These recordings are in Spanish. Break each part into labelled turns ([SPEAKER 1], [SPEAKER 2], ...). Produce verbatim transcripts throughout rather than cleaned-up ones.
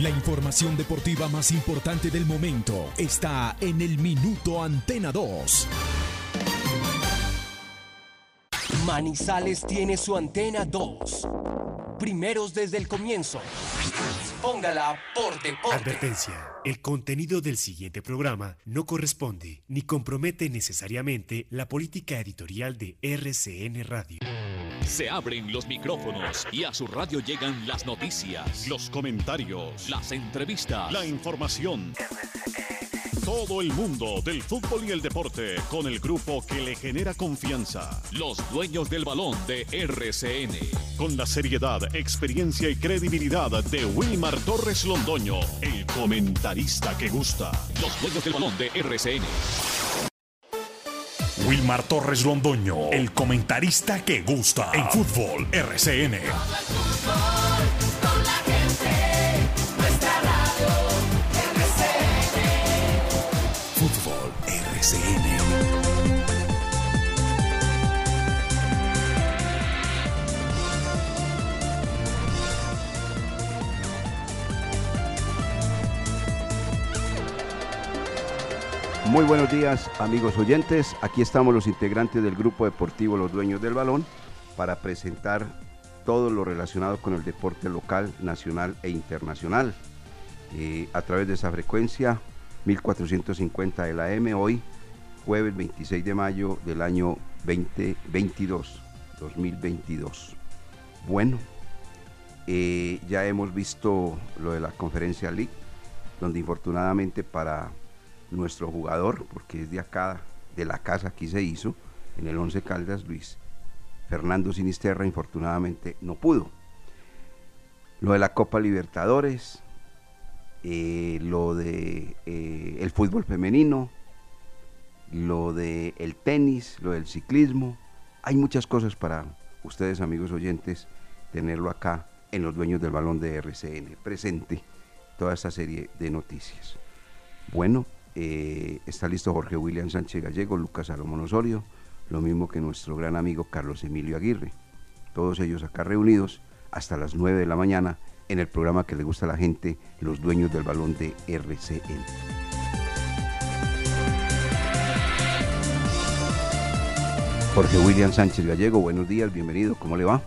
[SPEAKER 1] La información deportiva más importante del momento está en el Minuto Antena dos.
[SPEAKER 2] Manizales tiene su Antena dos. Primeros desde el comienzo. Póngala por deporte.
[SPEAKER 3] Advertencia. El contenido del siguiente programa no corresponde ni compromete necesariamente la política editorial de R C N Radio.
[SPEAKER 4] Se abren los micrófonos y a su radio llegan las noticias, los comentarios, las entrevistas, la información. Todo el mundo del fútbol y el deporte con el grupo que le genera confianza. Los dueños del balón de R C N. Con la seriedad, experiencia y credibilidad de Wilmar Torres Londoño, el comentarista que gusta. Los dueños del balón de R C N.
[SPEAKER 5] Wilmar Torres Londoño, el comentarista que gusta. En fútbol R C N. Fútbol R C N.
[SPEAKER 6] Muy buenos días, amigos oyentes. Aquí estamos los integrantes del grupo deportivo Los Dueños del Balón para presentar todo lo relacionado con el deporte local, nacional e internacional. Eh, a través de esa frecuencia mil cuatrocientos cincuenta de la M, hoy jueves veintiséis de mayo del año veinte veintidós, dos mil veintidós. Bueno, eh, ya hemos visto lo de la Conferencia League, donde infortunadamente para nuestro jugador, porque es de acá, de la casa, aquí se hizo, en el Once Caldas, Luis Fernando Sinisterra, infortunadamente no pudo. Lo de la Copa Libertadores, eh, lo de eh, el fútbol femenino, lo de el tenis, lo del ciclismo, hay muchas cosas para ustedes, amigos oyentes, tenerlo acá en Los Dueños del Balón de R C N, presente toda esta serie de noticias. Bueno, Eh, está listo Jorge William Sánchez Gallego, Lucas Salomón Osorio, lo mismo que nuestro gran amigo Carlos Emilio Aguirre. Todos ellos acá reunidos hasta las nueve de la mañana en el programa que le gusta a la gente, Los Dueños del Balón de R C N. Jorge William Sánchez Gallego, buenos días, bienvenido, ¿cómo le va?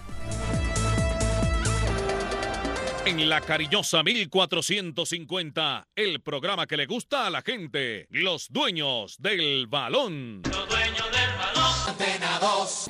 [SPEAKER 4] En la cariñosa mil cuatrocientos cincuenta, el programa que le gusta a la gente, Los Dueños del Balón.
[SPEAKER 7] Los Dueños del Balón. Antena dos.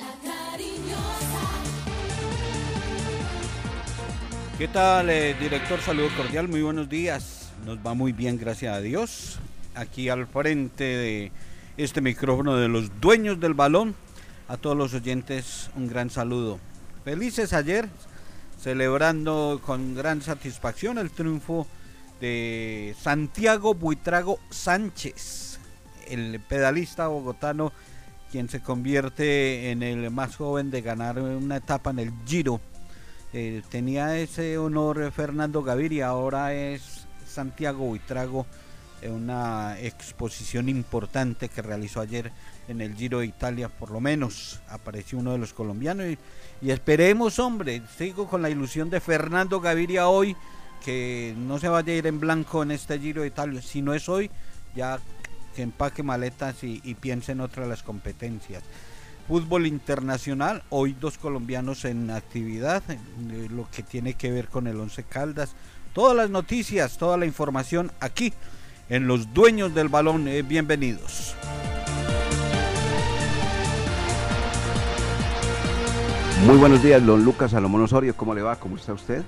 [SPEAKER 8] ¿Qué tal, eh, director? Saludo cordial, muy buenos días. Nos va muy bien, gracias a Dios. Aquí al frente de este micrófono de Los Dueños del Balón, a todos los oyentes un gran saludo. Felices ayer, celebrando con gran satisfacción el triunfo de Santiago Buitrago Sánchez, el pedalista bogotano, quien se convierte en el más joven de ganar una etapa en el Giro. Eh, tenía ese honor Fernando Gaviria, ahora es Santiago Buitrago, en una exposición importante que realizó ayer en el Giro de Italia. Por lo menos apareció uno de los colombianos y, y esperemos, hombre, sigo con la ilusión de Fernando Gaviria hoy, que no se vaya a ir en blanco en este Giro de Italia. Si no es hoy, ya que empaque maletas y, y piense en otra de las competencias. Fútbol internacional, hoy dos colombianos en actividad, eh, lo que tiene que ver con el Once Caldas. Todas las noticias, toda la información aquí en Los Dueños del Balón. Eh, bienvenidos.
[SPEAKER 6] Muy buenos días, don Lucas Salomón Osorio, ¿cómo le va? ¿Cómo está usted?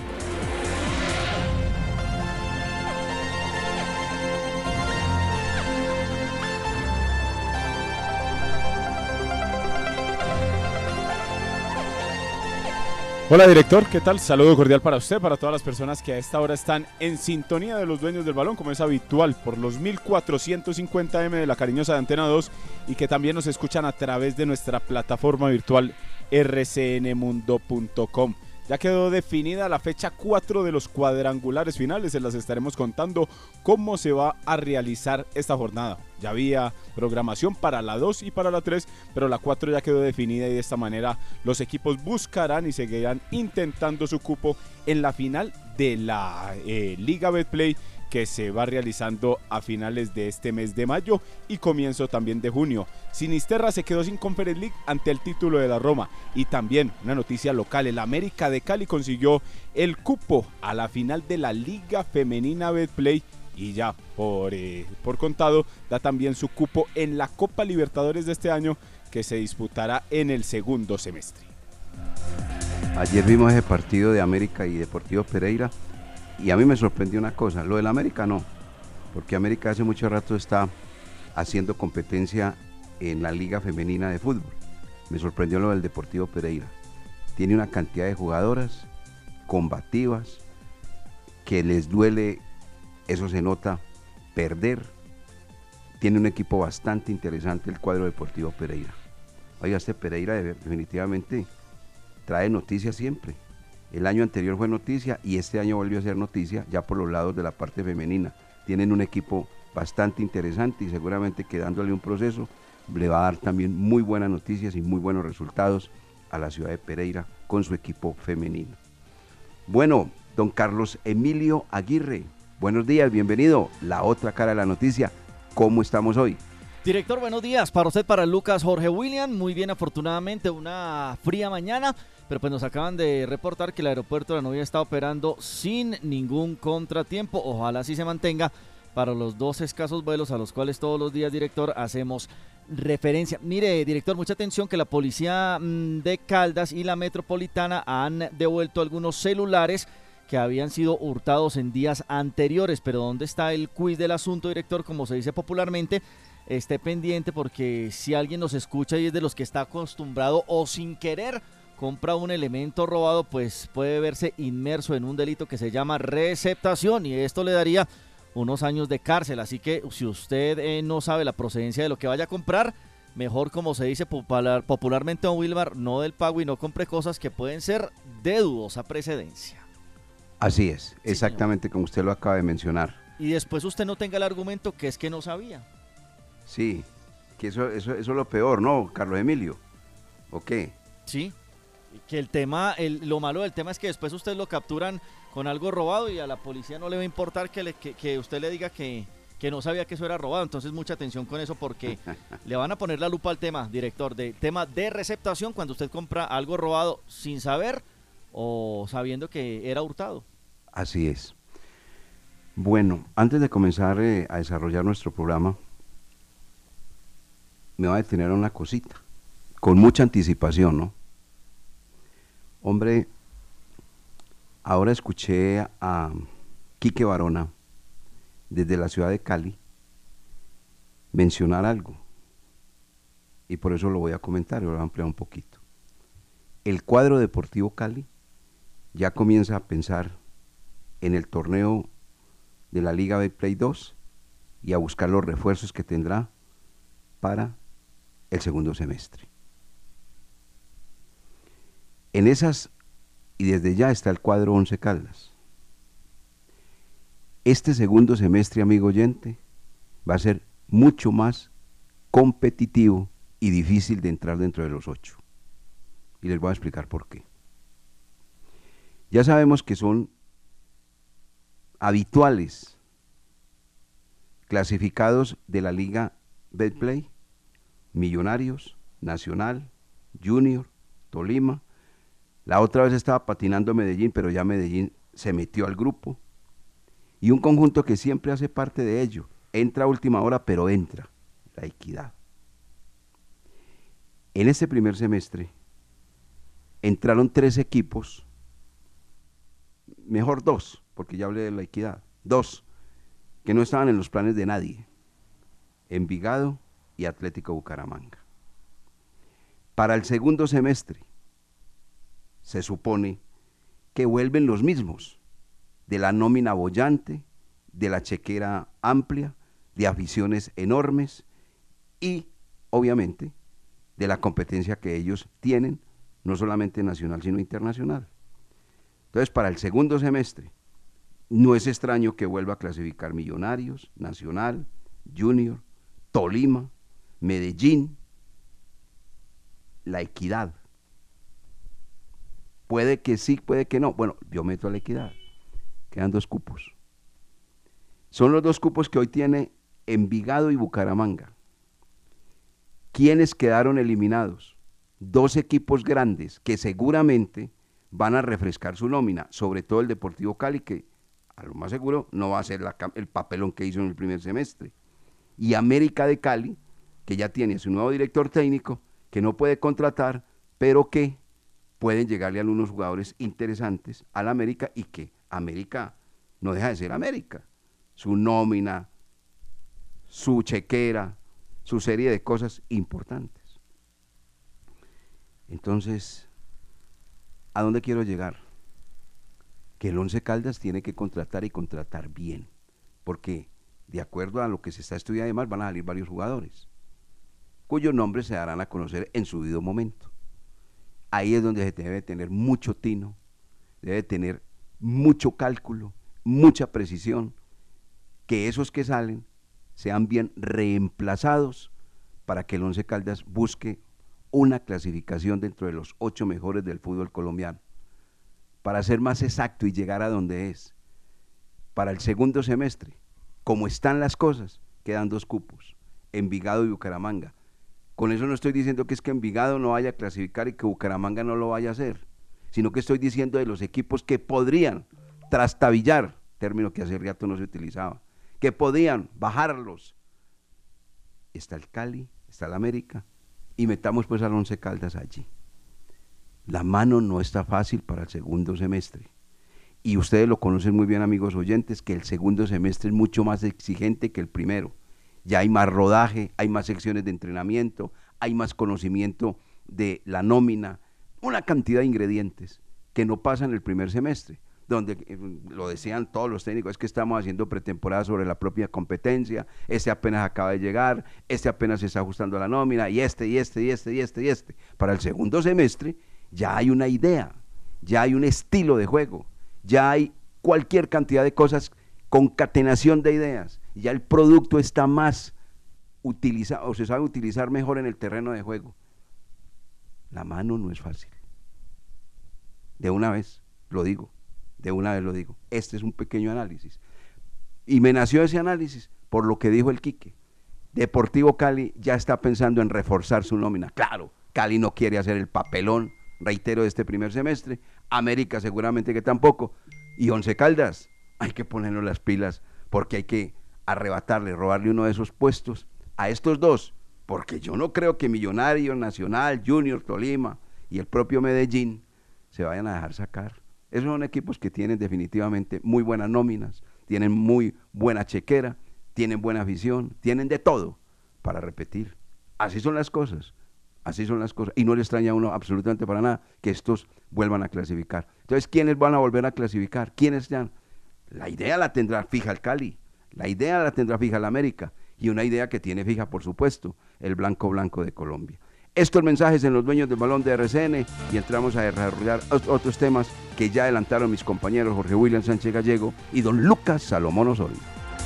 [SPEAKER 9] Hola director, ¿qué tal? Saludo cordial para usted, para todas las personas que a esta hora están en sintonía de Los Dueños del Balón, como es habitual, por los mil cuatrocientos cincuenta eme de la cariñosa de Antena dos, y que también nos escuchan a través de nuestra plataforma virtual erre ce ene mundo punto com. Ya quedó definida la fecha cuatro de los cuadrangulares finales, se las estaremos contando cómo se va a realizar esta jornada. Ya había programación para la dos y para la tres, pero la cuatro ya quedó definida y de esta manera los equipos buscarán y seguirán intentando su cupo en la final de la eh, Liga Betplay, que se va realizando a finales de este mes de mayo y comienzo también de junio. Sinisterra se quedó sin Conference League ante el título de la Roma. Y también una noticia local, el América de Cali consiguió el cupo a la final de la Liga Femenina Betplay y ya por, eh, por contado da también su cupo en la Copa Libertadores de este año, que se disputará en el segundo semestre.
[SPEAKER 6] Ayer vimos ese partido de América y Deportivo Pereira. Y a mí me sorprendió una cosa, lo del América no, porque América hace mucho rato está haciendo competencia en la Liga Femenina de Fútbol. Me sorprendió lo del Deportivo Pereira. Tiene una cantidad de jugadoras combativas que les duele, eso se nota, perder. Tiene un equipo bastante interesante el cuadro Deportivo Pereira. Oiga, este Pereira definitivamente trae noticias siempre. El año anterior fue noticia y este año volvió a ser noticia ya por los lados de la parte femenina. Tienen un equipo bastante interesante y seguramente que dándole un proceso le va a dar también muy buenas noticias y muy buenos resultados a la ciudad de Pereira con su equipo femenino. Bueno, don Carlos Emilio Aguirre, buenos días, bienvenido. La otra cara de la noticia, ¿cómo estamos hoy?
[SPEAKER 10] Director, buenos días. Para usted, para Lucas Jorge William, muy bien, afortunadamente, una fría mañana. Pero pues nos acaban de reportar que el aeropuerto de la Novia está operando sin ningún contratiempo. Ojalá así se mantenga para los dos escasos vuelos a los cuales todos los días, director, hacemos referencia. Mire, director, mucha atención que la policía de Caldas y la Metropolitana han devuelto algunos celulares que habían sido hurtados en días anteriores. Pero ¿dónde está el quiz del asunto, director? Como se dice popularmente, esté pendiente porque si alguien nos escucha y es de los que está acostumbrado o sin querer compra un elemento robado, pues puede verse inmerso en un delito que se llama receptación y esto le daría unos años de cárcel. Así que si usted eh, no sabe la procedencia de lo que vaya a comprar, mejor, como se dice popular, popularmente, don Wilmar, no del pago y no compre cosas que pueden ser de dudosa precedencia.
[SPEAKER 6] Así es, sí, exactamente, señor, como usted lo acaba de mencionar.
[SPEAKER 10] Y después usted no tenga el argumento que es que no sabía.
[SPEAKER 6] Sí, que eso, eso, eso es lo peor, ¿no, Carlos Emilio? ¿O qué?
[SPEAKER 10] Sí. Que el tema, el, lo malo del tema es que después usted lo capturan con algo robado y a la policía no le va a importar que, le, que, que usted le diga que, que no sabía que eso era robado. Entonces mucha atención con eso porque le van a poner la lupa al tema, director, de tema de receptación cuando usted compra algo robado sin saber o sabiendo que era hurtado.
[SPEAKER 6] Así es. Bueno, antes de comenzar eh, a desarrollar nuestro programa, me va a detener una cosita, con mucha anticipación, ¿no? Hombre, ahora escuché a Quique Barona, desde la ciudad de Cali, mencionar algo, y por eso lo voy a comentar y lo voy a ampliar un poquito. El cuadro Deportivo Cali ya comienza a pensar en el torneo de la Liga Betplay dos y a buscar los refuerzos que tendrá para el segundo semestre. En esas, y desde ya está el cuadro Once Caldas. Este segundo semestre, amigo oyente, va a ser mucho más competitivo y difícil de entrar dentro de los ocho. Y les voy a explicar por qué. Ya sabemos que son habituales clasificados de la Liga Betplay, Millonarios, Nacional, Junior, Tolima. La otra vez estaba patinando Medellín, pero ya Medellín se metió al grupo. Y un conjunto que siempre hace parte de ello. Entra a última hora, pero entra. La Equidad. En este primer semestre entraron tres equipos, mejor dos, porque ya hablé de La Equidad. Dos, que no estaban en los planes de nadie. Envigado y Atlético Bucaramanga. Para el segundo semestre, se supone que vuelven los mismos, de la nómina boyante, de la chequera amplia, de aficiones enormes y, obviamente, de la competencia que ellos tienen, no solamente nacional, sino internacional. Entonces, para el segundo semestre, no es extraño que vuelva a clasificar Millonarios, Nacional, Junior, Tolima, Medellín, La Equidad. Puede que sí, puede que no. Bueno, yo meto a La Equidad. quedan dos cupos. Son los dos cupos que hoy tiene Envigado y Bucaramanga. ¿Quiénes quedaron eliminados? Dos equipos grandes que seguramente van a refrescar su nómina, sobre todo el Deportivo Cali, que a lo más seguro no va a hacer la, el papelón que hizo en el primer semestre. Y América de Cali, que ya tiene a su nuevo director técnico, que no puede contratar, pero que pueden llegarle a algunos jugadores interesantes al América, y que América no deja de ser América. Su nómina, su chequera, su serie de cosas importantes. Entonces, ¿a dónde quiero llegar? Que el Once Caldas tiene que contratar y contratar bien, porque de acuerdo a lo que se está estudiando, además van a salir varios jugadores, cuyos nombres se darán a conocer en su debido momento. Ahí es donde se debe tener mucho tino, debe tener mucho cálculo, mucha precisión, que esos que salen sean bien reemplazados para que el Once Caldas busque una clasificación dentro de los ocho mejores del fútbol colombiano, para ser más exacto y llegar a donde es. Para el segundo semestre, como están las cosas, quedan dos cupos, Envigado y Bucaramanga. Con eso no estoy diciendo que es que Envigado no vaya a clasificar y que Bucaramanga no lo vaya a hacer, sino que estoy diciendo de los equipos que podrían trastabillar, término que hace rato no se utilizaba, que podían bajarlos. Está el Cali, está el América, y metamos pues al Once Caldas allí. La mano no está fácil para el segundo semestre, y ustedes lo conocen muy bien, amigos oyentes, que el segundo semestre es mucho más exigente que el primero. Ya hay más rodaje, hay más secciones de entrenamiento, hay más conocimiento de la nómina, una cantidad de ingredientes que no pasan en el primer semestre, donde eh, lo decían todos los técnicos, es que estamos haciendo pretemporada sobre la propia competencia, este apenas acaba de llegar, este apenas se está ajustando a la nómina, y este, y este, y este, y este, y este. Para el segundo semestre ya hay una idea, ya hay un estilo de juego, ya hay cualquier cantidad de cosas, concatenación de ideas, ya el producto está más utilizado, o se sabe utilizar mejor en el terreno de juego. La mano no es fácil. De una vez lo digo, de una vez lo digo. Este es un pequeño análisis. Y me nació ese análisis por lo que dijo el Quique. Deportivo Cali ya está pensando en reforzar su nómina. Claro, Cali no quiere hacer el papelón, reitero, de este primer semestre. América seguramente que tampoco. Y Once Caldas, hay que ponernos las pilas, porque hay que arrebatarle, robarle uno de esos puestos a estos dos, porque yo no creo que Millonarios, Nacional, Junior, Tolima y el propio Medellín se vayan a dejar sacar. Esos son equipos que tienen definitivamente muy buenas nóminas, tienen muy buena chequera, tienen buena afición, tienen de todo para repetir. Así son las cosas, así son las cosas, y no le extraña a uno absolutamente para nada que estos vuelvan a clasificar. Entonces, ¿quiénes van a volver a clasificar? ¿Quiénes ya? La idea la tendrá fija el Cali, la idea la tendrá fija el América, y una idea que tiene fija, por supuesto, el Blanco Blanco de Colombia. Estos mensajes en los dueños del balón de R C N, y entramos a desarrollar otros temas que ya adelantaron mis compañeros Jorge William Sánchez Gallego y don Lucas Salomón Osorio.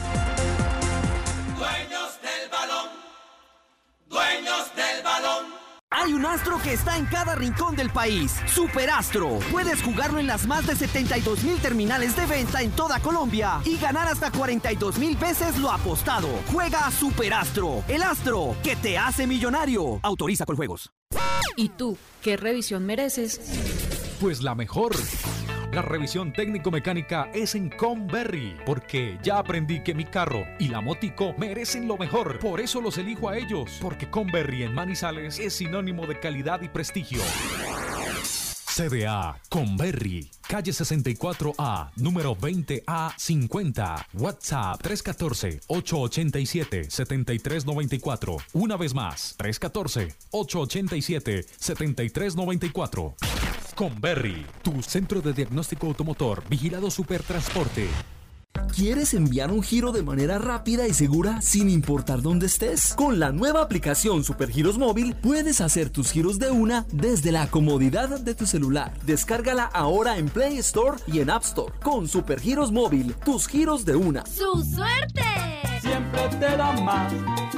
[SPEAKER 7] Dueños del balón, dueños del balón.
[SPEAKER 11] Hay un astro que está en cada rincón del país. Superastro. Puedes jugarlo en las más de setenta y dos mil terminales de venta en toda Colombia y ganar hasta cuarenta y dos mil veces lo apostado. Juega a Superastro, el astro que te hace millonario. Autoriza con juegos.
[SPEAKER 12] ¿Y tú qué revisión mereces?
[SPEAKER 13] Pues la mejor. La revisión técnico-mecánica es en Conberry, porque ya aprendí que mi carro y la motico merecen lo mejor. Por eso los elijo a ellos, porque Conberry en Manizales es sinónimo de calidad y prestigio. C D A Conberry, calle sesenta y cuatro A, número veinte A cincuenta. WhatsApp tres uno cuatro, ocho ocho siete, siete tres nueve cuatro. Una vez más, tres uno cuatro, ocho ocho siete, siete tres nueve cuatro. Conberry, tu centro de diagnóstico automotor, vigilado Supertransporte.
[SPEAKER 14] ¿Quieres enviar un giro de manera rápida y segura sin importar dónde estés? Con la nueva aplicación Supergiros Móvil puedes hacer tus giros de una desde la comodidad de tu celular. Descárgala ahora en Play Store y en App Store. Con Supergiros Móvil, tus giros de una.
[SPEAKER 15] ¡Su suerte!
[SPEAKER 7] Siempre te da más.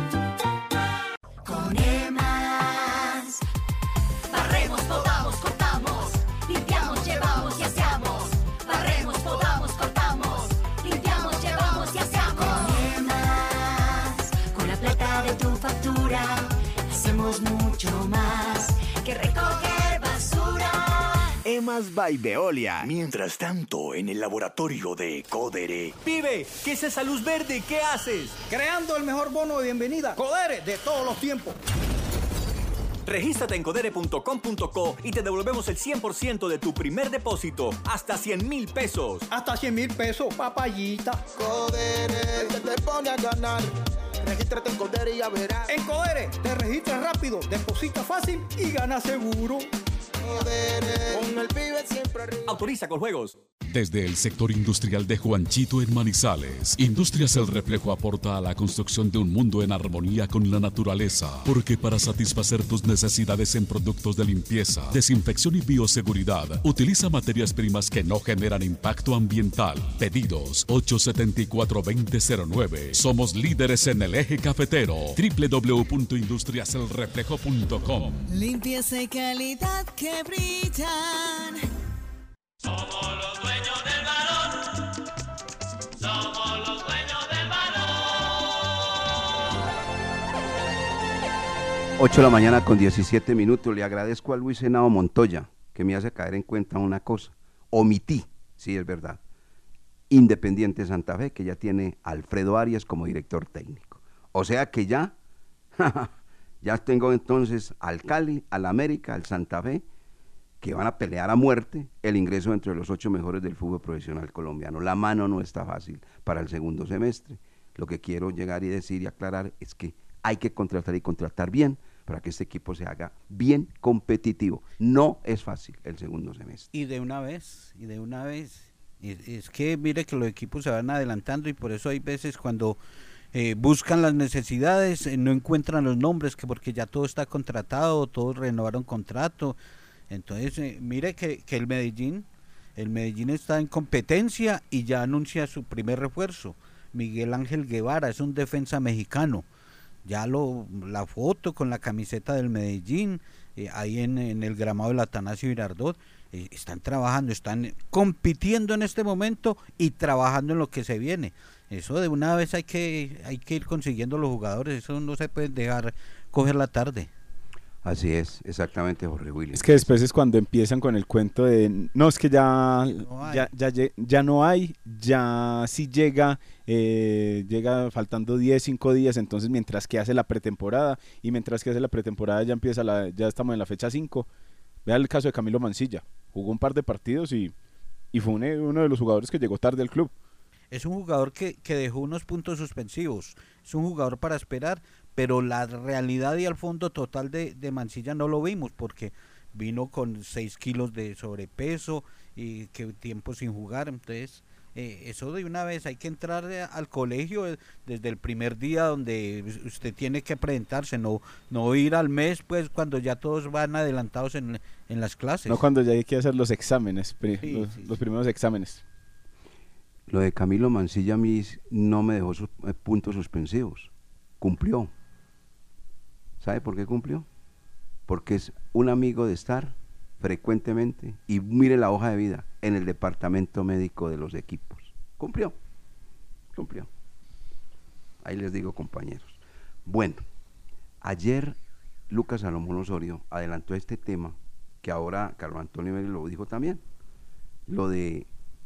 [SPEAKER 15] Con EMAS barremos, podamos, cortamos, limpiamos, llevamos y aseamos. Barremos, podamos, cortamos, Somos mucho más que recoger basura.
[SPEAKER 16] Emas by Veolia. Mientras tanto, en el laboratorio de Codere.
[SPEAKER 17] Pibe, ¿qué es esa luz verde? ¿Qué haces?
[SPEAKER 18] Creando el mejor bono de bienvenida. Codere de todos los tiempos.
[SPEAKER 17] Regístrate en codere punto com punto co y te devolvemos el cien por ciento de tu primer depósito, hasta cien mil pesos.
[SPEAKER 18] Hasta cien mil pesos, papayita.
[SPEAKER 19] Codere, que te pone a ganar. Regístrate en Codere y ya verás.
[SPEAKER 18] En Codere, te registras rápido, deposita fácil y gana seguro.
[SPEAKER 19] Codere, con el pibe siempre arriba.
[SPEAKER 17] Autoriza con juegos.
[SPEAKER 4] Desde el sector industrial de Juanchito en Manizales, Industrias El Reflejo aporta a la construcción de un mundo en armonía con la naturaleza, porque para satisfacer tus necesidades en productos de limpieza, desinfección y bioseguridad, utiliza materias primas que no generan impacto ambiental. Pedidos ocho siete cuatro, dos cero cero nueve. Somos líderes en el eje cafetero. doble u doble u doble u punto industrias el reflejo punto com.
[SPEAKER 15] Limpieza y calidad que brillan.
[SPEAKER 7] Somos los dueños del balón. Somos los dueños del balón.
[SPEAKER 6] ocho de la mañana con diecisiete minutos. Le agradezco a Luis Henao Montoya que me hace caer en cuenta una cosa. Omití, sí es verdad, Independiente Santa Fe, que ya tiene a Alfredo Arias como director técnico. O sea que ya, ya tengo entonces al Cali, al América, al Santa Fe, que van a pelear a muerte el ingreso entre los ocho mejores del fútbol profesional colombiano. La mano no está fácil para el segundo semestre. Lo que quiero llegar y decir y aclarar es que hay que contratar y contratar bien para que este equipo se haga bien competitivo. No es fácil el segundo semestre.
[SPEAKER 8] Y de una vez, y de una vez. Es, es que mire que los equipos se van adelantando y por eso hay veces cuando eh, buscan las necesidades, eh, no encuentran los nombres, que porque ya todo está contratado, todos renovaron contrato. Entonces, eh, mire que, que el Medellín, el Medellín está en competencia y ya anuncia su primer refuerzo. Miguel Ángel Guevara es un defensa mexicano. Ya lo la foto con la camiseta del Medellín, eh, ahí en, en el gramado del Atanasio Girardot, eh, están trabajando, están compitiendo en este momento y trabajando en lo que se viene. Eso de una vez hay que, hay que ir consiguiendo los jugadores, eso no se puede dejar coger la tarde.
[SPEAKER 6] Así es, exactamente, Jorge William.
[SPEAKER 9] Es que después es cuando empiezan con el cuento de, no, es que ya no ya, ya, ya, ya no hay, ya sí llega, eh, llega faltando diez, cinco días, entonces mientras que hace la pretemporada, y mientras que hace la pretemporada ya empieza la, ya estamos en la fecha cinco. Vea el caso de Camilo Mancilla, jugó un par de partidos y, y fue un, uno de los jugadores que llegó tarde al club.
[SPEAKER 8] Es un jugador que, que dejó unos puntos suspensivos, es un jugador para esperar, pero la realidad y al fondo total de, de Mancilla no lo vimos, porque vino con seis kilos de sobrepeso y que tiempo sin jugar. Entonces eh, eso de una vez hay que entrar al colegio desde el primer día donde usted tiene que presentarse, no, no ir al mes pues cuando ya todos van adelantados en, en las clases.
[SPEAKER 9] No, cuando ya hay que hacer los exámenes, pri, sí, los, sí, los primeros exámenes.
[SPEAKER 6] Lo de Camilo Mancilla a mí no me dejó sus, eh, puntos suspensivos, cumplió. ¿Sabe por qué cumplió? Porque es un amigo de estar frecuentemente, y mire la hoja de vida, en el departamento médico de los equipos. Cumplió, cumplió. Ahí les digo, compañeros. Bueno, ayer Lucas Salomón Osorio adelantó este tema, que ahora Carlos Antonio Vélez lo dijo también, lo de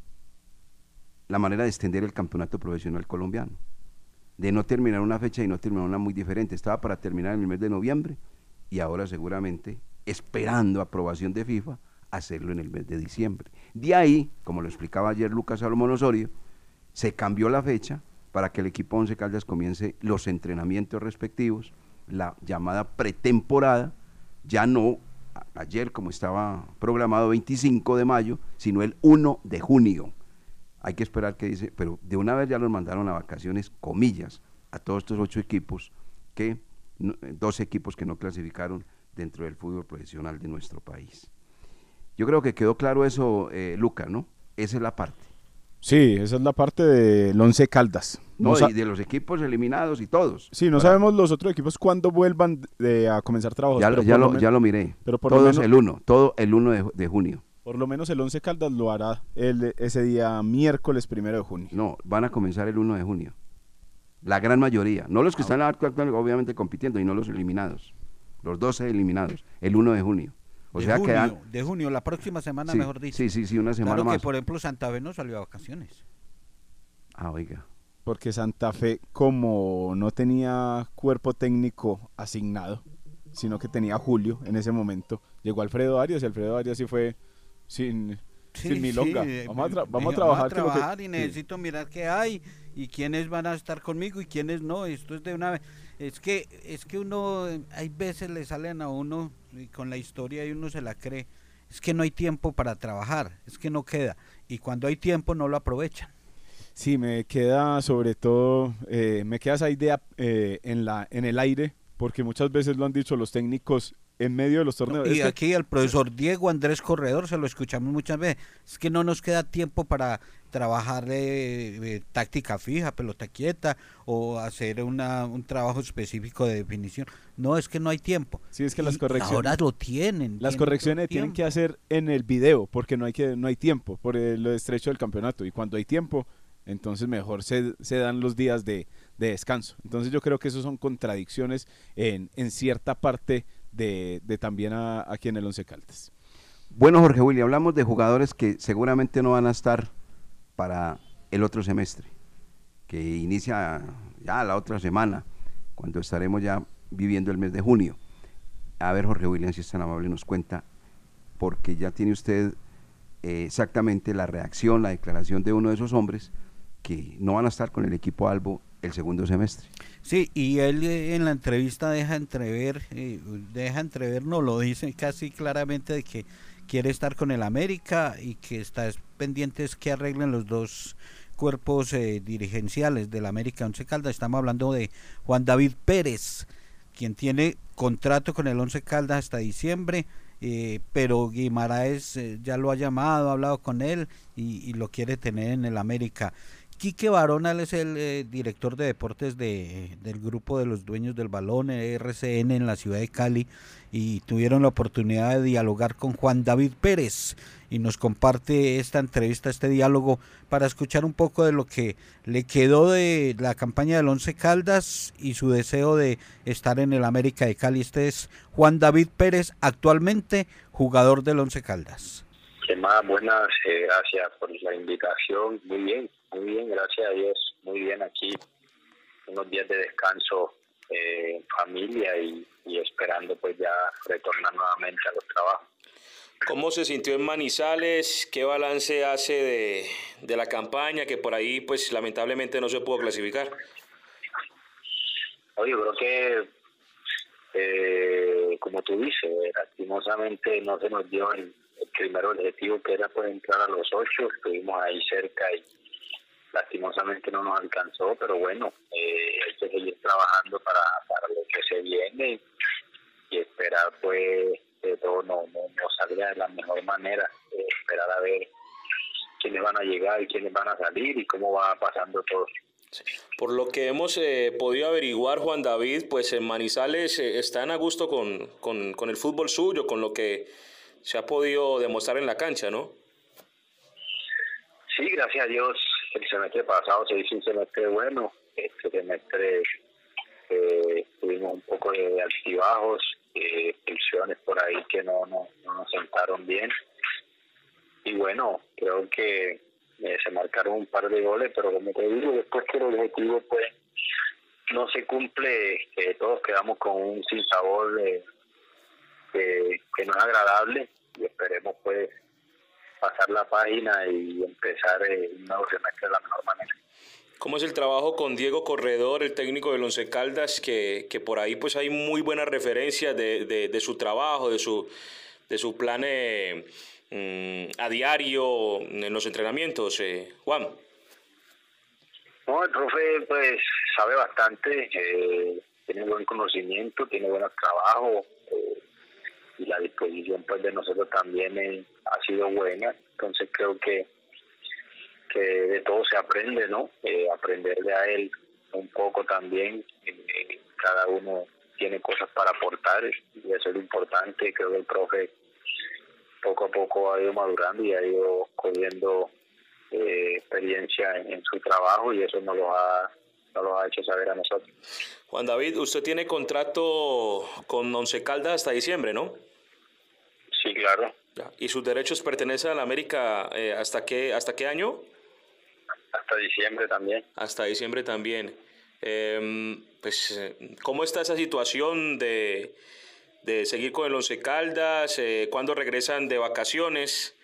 [SPEAKER 6] la manera de extender el campeonato profesional colombiano, de no terminar una fecha y no terminar una muy diferente. Estaba para terminar en el mes de noviembre y ahora seguramente, esperando aprobación de FIFA, hacerlo en el mes de diciembre. De ahí, como lo explicaba ayer Lucas Salomón Osorio, se cambió la fecha para que el equipo Once Caldas comience los entrenamientos respectivos, la llamada pretemporada, ya no ayer como estaba programado veinticinco de mayo, sino el uno de junio. Hay que esperar que dice, pero de una vez ya los mandaron a vacaciones, comillas, a todos estos ocho equipos, que dos equipos que no clasificaron dentro del fútbol profesional de nuestro país. Yo creo que quedó claro eso, eh, Luca, ¿no? Esa es la parte.
[SPEAKER 9] Sí, esa es la parte del Once Caldas.
[SPEAKER 6] No, no y de los equipos eliminados y todos.
[SPEAKER 9] Sí, no para... sabemos los otros equipos cuándo vuelvan de, a comenzar trabajos.
[SPEAKER 6] Ya,
[SPEAKER 9] pero
[SPEAKER 6] ya, lo,
[SPEAKER 9] lo
[SPEAKER 6] ya lo miré,
[SPEAKER 9] pero por
[SPEAKER 6] todos
[SPEAKER 9] lo menos,
[SPEAKER 6] el uno, todo el uno de, de junio.
[SPEAKER 9] Por lo menos el Once Caldas lo hará el, ese día miércoles primero de junio.
[SPEAKER 6] No, van a comenzar el uno de junio. La gran mayoría, no los que ah, están actualmente obviamente compitiendo y no los eliminados. los doce eliminados, el uno de junio. O
[SPEAKER 8] de
[SPEAKER 6] sea
[SPEAKER 8] junio,
[SPEAKER 6] que dan,
[SPEAKER 8] de junio, la próxima semana,
[SPEAKER 6] sí,
[SPEAKER 8] mejor dicho.
[SPEAKER 6] Sí, sí, sí, una semana
[SPEAKER 8] claro
[SPEAKER 6] más.
[SPEAKER 8] que, por ejemplo, Santa Fe no salió a vacaciones.
[SPEAKER 6] Ah, oiga.
[SPEAKER 9] Porque Santa Fe, como no tenía cuerpo técnico asignado, sino que tenía a Julio en ese momento, llegó Alfredo Arias y Alfredo Arias sí fue sin,
[SPEAKER 8] Sí,
[SPEAKER 9] sin milonga.
[SPEAKER 8] sí,
[SPEAKER 9] Vamos, a tra-
[SPEAKER 8] eh,
[SPEAKER 9] vamos a
[SPEAKER 8] eh,
[SPEAKER 9] trabajar.
[SPEAKER 8] Vamos a
[SPEAKER 9] que lo que-
[SPEAKER 8] trabajar y
[SPEAKER 9] sí.
[SPEAKER 8] necesito mirar qué hay y quiénes van a estar conmigo y quiénes no. Esto es de una vez. Es que, es que uno, eh, hay veces le salen a uno y con la historia y uno se la cree. Es que no hay tiempo para trabajar, es que no queda. Y cuando hay tiempo no lo aprovechan.
[SPEAKER 9] Sí, me queda sobre todo, eh, me queda esa idea eh, en, la, en el aire, porque muchas veces lo han dicho los técnicos en medio de los torneos.
[SPEAKER 8] Y
[SPEAKER 9] Es que-
[SPEAKER 8] aquí al profesor Diego Andrés Corredor se lo escuchamos muchas veces. Es que no nos queda tiempo para trabajar eh, eh, táctica fija, pelota quieta o hacer una, un trabajo específico de definición. No, es que no hay tiempo.
[SPEAKER 9] Sí, es que
[SPEAKER 8] Y
[SPEAKER 9] las correcciones.
[SPEAKER 8] ahora lo tienen.
[SPEAKER 9] Las
[SPEAKER 8] tienen
[SPEAKER 9] correcciones
[SPEAKER 8] todo el
[SPEAKER 9] tienen que
[SPEAKER 8] tiempo.
[SPEAKER 9] hacer en el video, porque no hay que no hay tiempo por el, lo estrecho del campeonato. Y cuando hay tiempo, entonces mejor se, se dan los días de, de descanso. Entonces yo creo que eso son contradicciones en, en cierta parte de, de también a, aquí en el Once Caldas.
[SPEAKER 6] Bueno, Jorge Willy, hablamos de jugadores que seguramente no van a estar para el otro semestre, que inicia ya la otra semana, cuando estaremos ya viviendo el mes de junio. A ver, Jorge William, si es tan amable, nos cuenta, porque ya tiene usted eh, exactamente la reacción, la declaración de uno de esos hombres que no van a estar con el equipo Albo el segundo semestre.
[SPEAKER 8] Sí, y él eh, en la entrevista deja entrever, eh, deja entrever, no lo dice casi claramente, de que quiere estar con el América y que está es- pendiente es que arreglen los dos cuerpos eh, dirigenciales del América Once Caldas. Estamos hablando de Juan David Pérez, quien tiene contrato con el Once Caldas hasta diciembre, eh, pero Guimaraes eh, ya lo ha llamado, ha hablado con él y, y lo quiere tener en el América. Quique Barona, él es el eh, director de deportes de, del grupo de los dueños del balón, R C N, en la ciudad de Cali, y tuvieron la oportunidad de dialogar con Juan David Pérez y nos comparte esta entrevista, este diálogo, para escuchar un poco de lo que le quedó de la campaña del Once Caldas y su deseo de estar en el América de Cali. Este es Juan David Pérez, actualmente jugador del Once Caldas.
[SPEAKER 20] ¿Qué más? Buenas, eh, gracias por la invitación. Muy bien, muy bien, gracias a Dios. Muy bien aquí, unos días de descanso eh, en familia y, y esperando pues ya retornar nuevamente a los trabajos.
[SPEAKER 21] ¿Cómo se sintió en Manizales? ¿Qué balance hace de, de la campaña que por ahí pues lamentablemente no se pudo clasificar?
[SPEAKER 20] Oye, yo creo que eh, como tú dices, lastimosamente no se nos dio el, el primer objetivo, que era pues entrar a los ocho. Estuvimos ahí cerca y lastimosamente no nos alcanzó, pero bueno, eh, hay que seguir trabajando para, para lo que se viene y esperar pues que todo no, no, no salga de la mejor manera, eh, esperar a ver quiénes van a llegar y quiénes van a salir y cómo va pasando todo.
[SPEAKER 21] Por lo que hemos eh, podido averiguar, Juan David, pues en Manizales eh, están a gusto con, con, con el fútbol suyo, con lo que se ha podido demostrar en la cancha, ¿no?
[SPEAKER 20] Sí, gracias a Dios, el semestre pasado se hizo un semestre bueno. Este semestre eh, tuvimos un poco de altibajos, eh, expulsiones por ahí que no, no, no nos sentaron bien. Y bueno, creo que eh, se marcaron un par de goles, pero como te digo, después que el objetivo pues no se cumple, eh, todos quedamos con un sinsabor eh, que, que no es agradable, y esperemos pues pasar la página y empezar eh, un nuevo semestre de la mejor manera.
[SPEAKER 21] ¿Cómo es el trabajo con Diego Corredor, el técnico del Once Caldas, que, que por ahí pues hay muy buenas referencias de, de, de su trabajo, de su, de su plan eh, mm, a diario en los entrenamientos, eh, Juan?
[SPEAKER 20] No, el profe pues sabe bastante, eh, tiene buen conocimiento, tiene buenos trabajos, eh, y la disposición pues de nosotros también eh, ha sido buena. Entonces creo que que de todo se aprende, ¿no? Eh, aprenderle a él un poco también. Eh, cada uno tiene cosas para aportar y eso es lo importante. Creo que el profe poco a poco ha ido madurando y ha ido cogiendo eh, experiencia en, en su trabajo, y eso nos lo ha nos lo ha hecho saber a nosotros.
[SPEAKER 21] Juan David, usted tiene contrato con Once Caldas hasta diciembre, ¿no?
[SPEAKER 20] Sí, claro.
[SPEAKER 21] Ya. ¿Y sus derechos pertenecen a la América eh, hasta qué hasta qué año?
[SPEAKER 20] Hasta diciembre también.
[SPEAKER 21] Hasta diciembre también. Eh, pues, ¿cómo está esa situación de, de seguir con el Once Caldas? Eh, ¿Cuándo regresan de vacaciones?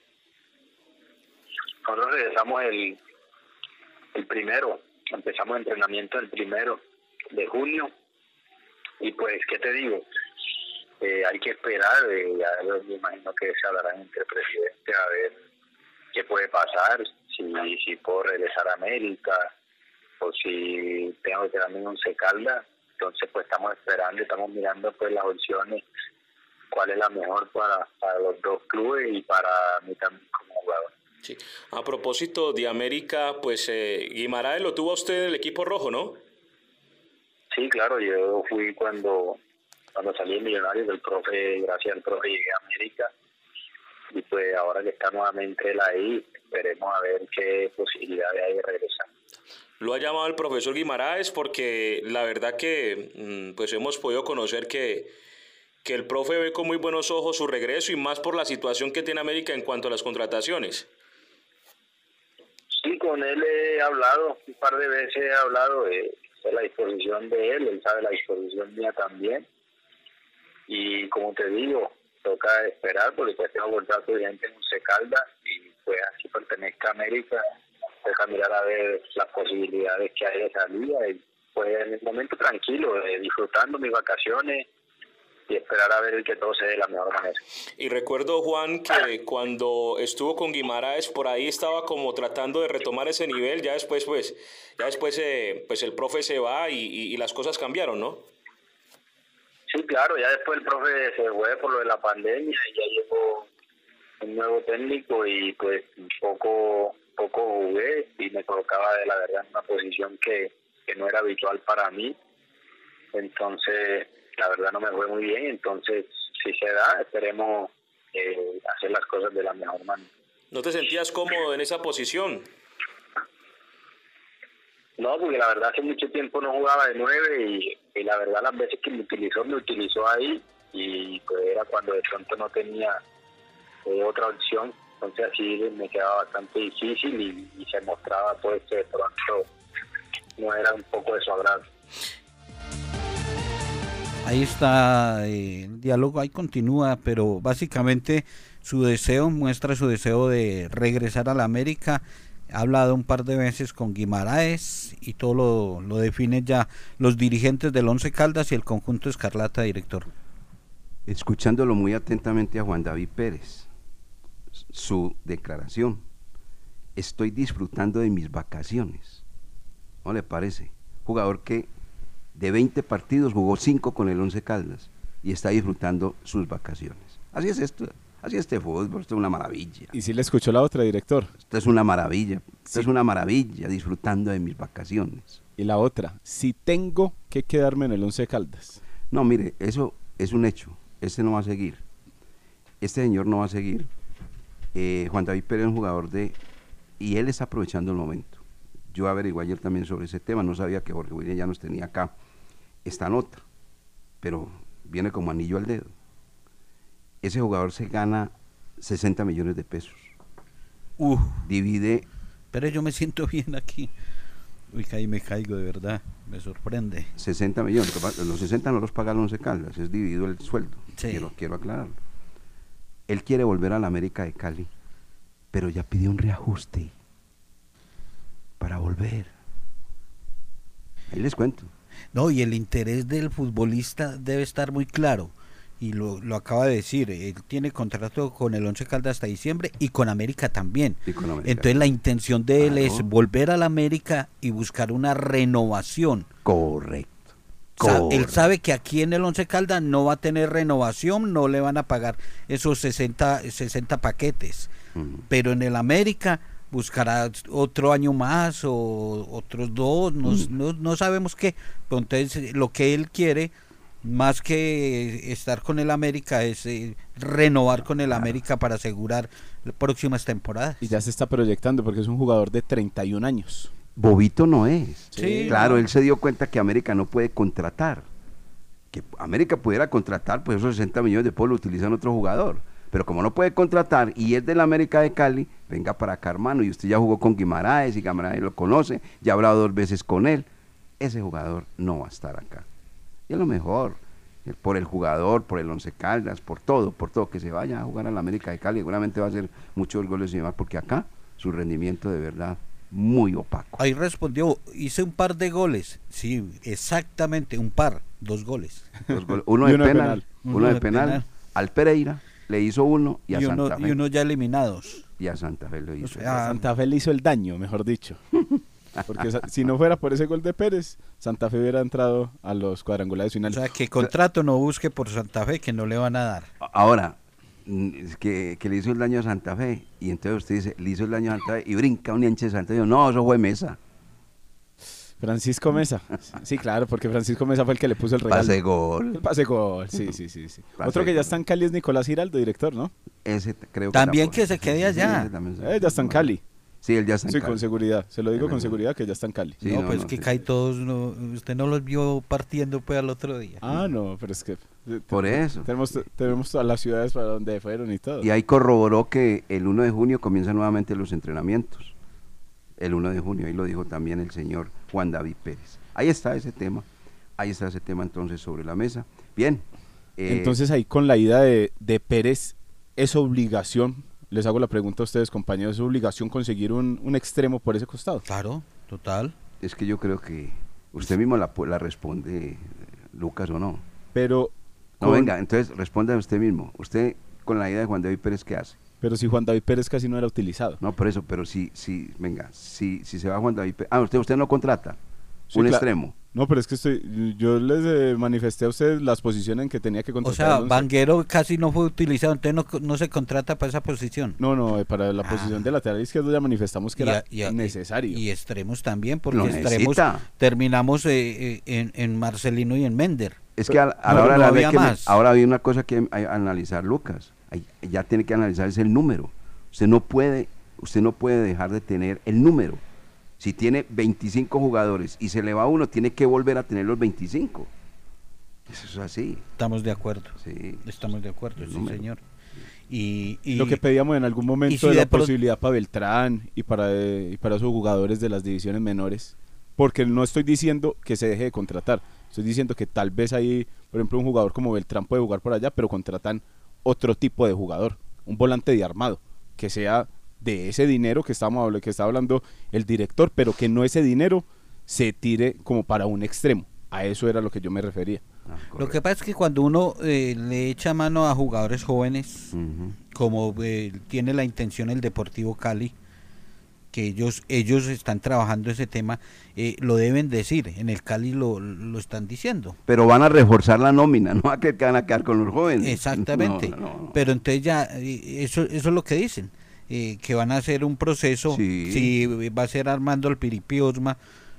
[SPEAKER 20] Nosotros regresamos el, el primero, empezamos entrenamiento el primero de junio y pues, ¿qué te digo? Eh, hay que esperar, eh, ya me imagino que se hablarán entre presidentes a ver qué puede pasar, si, si puedo regresar a América o si tengo que quedarme en Once Caldas. Entonces pues estamos esperando, estamos mirando pues las opciones, cuál es la mejor para, para los dos clubes y para mí también como jugador.
[SPEAKER 21] Sí. A propósito de América, pues eh, Guimaraes lo tuvo usted en el equipo rojo, ¿no?
[SPEAKER 20] Sí, claro, yo fui cuando cuando salí en Millonarios del profe, gracias al profe llegué a América y pues ahora que está nuevamente él ahí, esperemos a ver qué posibilidades hay de regresar.
[SPEAKER 21] Lo ha llamado el profesor Guimaraes porque la verdad que pues hemos podido conocer que, que el profe ve con muy buenos ojos su regreso y más por la situación que tiene América en cuanto a las contrataciones.
[SPEAKER 20] Sí, con él he hablado, un par de veces he hablado de, de la disposición de él, él sabe la disposición mía también. Y como te digo, toca esperar porque pues tengo contrato vigente en Once Caldas y pues así pertenezca a América, toca mirar a ver las posibilidades que hay de salida y pues en el momento tranquilo, eh, disfrutando mis vacaciones y esperar a ver que todo se dé de la mejor manera.
[SPEAKER 21] Y recuerdo, Juan, que cuando estuvo con Guimaraes por ahí estaba como tratando de retomar ese nivel, ya después pues ya después eh, pues el profe se va y, y, y las cosas cambiaron, ¿no?
[SPEAKER 20] Sí, claro, ya después el profe se fue por lo de la pandemia y ya llegó un nuevo técnico y pues poco poco jugué y me colocaba de la verdad en una posición que, que no era habitual para mí. Entonces, la verdad no me fue muy bien, entonces si se da, esperemos eh, hacer las cosas de la mejor manera.
[SPEAKER 21] ¿No te sentías cómodo en esa posición?
[SPEAKER 20] No, porque la verdad hace mucho tiempo no jugaba de nueve y, y la verdad las veces que me utilizó, me utilizó ahí y pues era cuando de pronto no tenía eh, otra opción, entonces así me quedaba bastante difícil y, y se mostraba pues que de pronto no era un poco de su agrado.
[SPEAKER 8] Ahí está eh, el diálogo, ahí continúa, pero básicamente su deseo, muestra su deseo de regresar a la América. Ha hablado un par de veces con Guimaraes y todo lo, lo definen ya los dirigentes del Once Caldas y el conjunto Escarlata, director.
[SPEAKER 6] Escuchándolo muy atentamente a Juan David Pérez, su declaración, estoy disfrutando de mis vacaciones, ¿no le parece? Jugador que de veinte partidos jugó cinco con el Once Caldas y está disfrutando sus vacaciones. Así es esto. Así este fútbol, esto es una maravilla.
[SPEAKER 9] ¿Y si le escuchó la otra, director?
[SPEAKER 6] Esto es una maravilla, esto sí. es una maravilla, disfrutando de mis vacaciones.
[SPEAKER 9] Y la otra, si tengo que quedarme en el Once Caldas.
[SPEAKER 6] No, mire, eso es un hecho, este no va a seguir, este señor no va a seguir. Eh, Juan David Pérez es un jugador de, y él está aprovechando el momento. Yo averigué ayer también sobre ese tema, no sabía que Jorge William ya nos tenía acá esta nota, pero viene como anillo al dedo. Ese jugador se gana sesenta millones de pesos.
[SPEAKER 8] Uh,
[SPEAKER 6] Divide.
[SPEAKER 8] Pero yo me siento bien aquí. Uy, ahí me caigo de verdad, me sorprende.
[SPEAKER 6] sesenta millones, los sesenta no los paga el Once Caldas, es dividido el sueldo.
[SPEAKER 8] Sí.
[SPEAKER 6] Quiero, quiero aclararlo. Él quiere volver a la América de Cali, pero ya pidió un reajuste para volver. Ahí les cuento.
[SPEAKER 8] No, y el interés del futbolista debe estar muy claro. Y lo, lo acaba de decir, él tiene contrato con el Once Caldas hasta diciembre y con América también.
[SPEAKER 6] Y con América.
[SPEAKER 8] Entonces la intención de él
[SPEAKER 6] Claro.
[SPEAKER 8] es volver a la América y buscar una renovación.
[SPEAKER 6] Correcto.
[SPEAKER 8] Sa-
[SPEAKER 6] Correcto.
[SPEAKER 8] él sabe que aquí en el Once Caldas no va a tener renovación, no le van a pagar esos sesenta, sesenta paquetes.
[SPEAKER 6] Mm.
[SPEAKER 8] Pero en el América buscará otro año más o otros dos, no,
[SPEAKER 6] Mm.
[SPEAKER 8] no, no sabemos qué. Pero entonces lo que él quiere, más que estar con el América, es eh, renovar con el América para asegurar las próximas temporadas.
[SPEAKER 9] Y ya se está proyectando porque es un jugador de treinta y un años.
[SPEAKER 6] bobito no es.
[SPEAKER 8] Sí.
[SPEAKER 6] Claro, él se dio cuenta que América no puede contratar. Que América pudiera contratar, pues esos sesenta millones de pesos lo utilizan otro jugador. Pero como no puede contratar y es de la América de Cali, venga para acá, hermano. Y usted ya jugó con Guimaraes y Guimaraes lo conoce, ya ha hablado dos veces con él. Ese jugador no va a estar acá. Y a lo mejor, por el jugador, por el Once Caldas, por todo, por todo, que se vaya a jugar a la América de Cali, seguramente va a hacer muchos goles y demás, porque acá su rendimiento de verdad muy opaco.
[SPEAKER 8] Ahí respondió, hice un par de goles, sí, exactamente, un par, dos goles.
[SPEAKER 6] Dos goles. Uno, de, uno penal, de penal, uno, uno de, de penal, penal, al Pereira le hizo uno y a
[SPEAKER 8] y
[SPEAKER 6] Santa
[SPEAKER 8] uno,
[SPEAKER 6] Fe.
[SPEAKER 8] Y uno ya eliminados.
[SPEAKER 6] Y a Santa Fe lo hizo.
[SPEAKER 9] O sea, a Santa Fe le hizo el daño, mejor dicho. Porque si no fuera por ese gol de Pérez, Santa Fe hubiera entrado a los cuadrangulares finales.
[SPEAKER 8] O sea, que contrato no busque por Santa Fe, que no le van a dar.
[SPEAKER 6] Ahora, que, que le hizo el daño a Santa Fe, y entonces usted dice, le hizo el daño a Santa Fe, y brinca un hincha de Santa Fe, y yo, no, eso fue Mesa.
[SPEAKER 9] Francisco Mesa, sí, claro, porque Francisco Mesa fue el que le puso el regalo.
[SPEAKER 6] Pase gol.
[SPEAKER 9] El pase gol, sí, sí, sí. sí. Otro que ya está en Cali es Nicolás Giraldo, director, ¿no?
[SPEAKER 6] Ese creo que
[SPEAKER 8] también que se quede allá.
[SPEAKER 9] Sí, eh, ya está en Cali.
[SPEAKER 6] Sí, él ya está en
[SPEAKER 9] sí,
[SPEAKER 6] Cali.
[SPEAKER 9] con seguridad, se lo digo con seguridad que ya está en Cali.
[SPEAKER 8] Sí, no, no, pues no, que sí. Cae todos, no, usted no los vio partiendo pues al otro día.
[SPEAKER 9] Ah, no, pero es que...
[SPEAKER 6] Por eso.
[SPEAKER 9] Tenemos, tenemos todas las ciudades para donde fueron y todo.
[SPEAKER 6] Y ahí corroboró que el uno de junio comienzan nuevamente los entrenamientos. El uno de junio, ahí lo dijo también el señor Juan David Pérez. Ahí está ese tema, ahí está ese tema entonces sobre la mesa. Bien.
[SPEAKER 9] Eh, entonces ahí con la ida de, de Pérez, ¿es obligación? Les hago la pregunta a ustedes, compañeros, ¿es obligación conseguir un, un extremo por ese costado?
[SPEAKER 8] Claro, total.
[SPEAKER 6] Es que yo creo que usted mismo la, la responde, Lucas, ¿o no?
[SPEAKER 9] Pero...
[SPEAKER 6] No, con... venga, entonces responda usted mismo. Usted con la ida de Juan David Pérez, ¿qué hace?
[SPEAKER 9] Pero si Juan David Pérez casi no era utilizado.
[SPEAKER 6] No, por eso, pero si, si venga, si, si se va Juan David Pérez... Ah, usted, usted no contrata. Sí, un claro. extremo.
[SPEAKER 9] No, pero es que estoy, yo les eh, manifesté a ustedes las posiciones en que tenía que contratar.
[SPEAKER 8] O sea, Vanguero casi no fue utilizado, entonces no, no se contrata para esa posición.
[SPEAKER 9] No, no, eh, para la ah. posición de lateral izquierdo ya manifestamos que y era a, y a,
[SPEAKER 8] Y,
[SPEAKER 9] necesario.
[SPEAKER 8] y extremos también, porque no extremos terminamos eh, eh, en, en Marcelino y en Mender.
[SPEAKER 6] Es que a, a la hora no, no de la que ahora hay una cosa que hay, analizar, Lucas. Hay, ya tiene que analizar es el número. Usted no puede, usted no puede dejar de tener el número. Si tiene veinticinco jugadores y se le va uno, tiene que volver a tener los veinticinco. Eso es así.
[SPEAKER 8] Estamos de acuerdo.
[SPEAKER 6] Sí.
[SPEAKER 8] Estamos de acuerdo, sí, señor. Y, y
[SPEAKER 9] lo que pedíamos en algún momento de la posibilidad para Beltrán y para, eh, y para esos jugadores de las divisiones menores. Porque no estoy diciendo que se deje de contratar. Estoy diciendo que tal vez ahí, por ejemplo, un jugador como Beltrán puede jugar por allá, pero contratan otro tipo de jugador. Un volante de armado, que sea... de ese dinero que estamos que estaba hablando el director, pero que no ese dinero se tire como para un extremo. A eso era lo que yo me refería.
[SPEAKER 8] Ah, lo que pasa es que cuando uno eh, le echa mano a jugadores jóvenes, uh-huh. como eh, tiene la intención el Deportivo Cali, que ellos ellos están trabajando ese tema, eh, lo deben decir, en el Cali lo, lo están diciendo.
[SPEAKER 6] Pero van a reforzar la nómina, no a que van a quedar con los jóvenes.
[SPEAKER 8] Exactamente, no, no, no. Pero entonces ya, eso, eso es lo que dicen. Eh, que van a hacer un proceso, sí. si va a ser Armando el Piripiosma,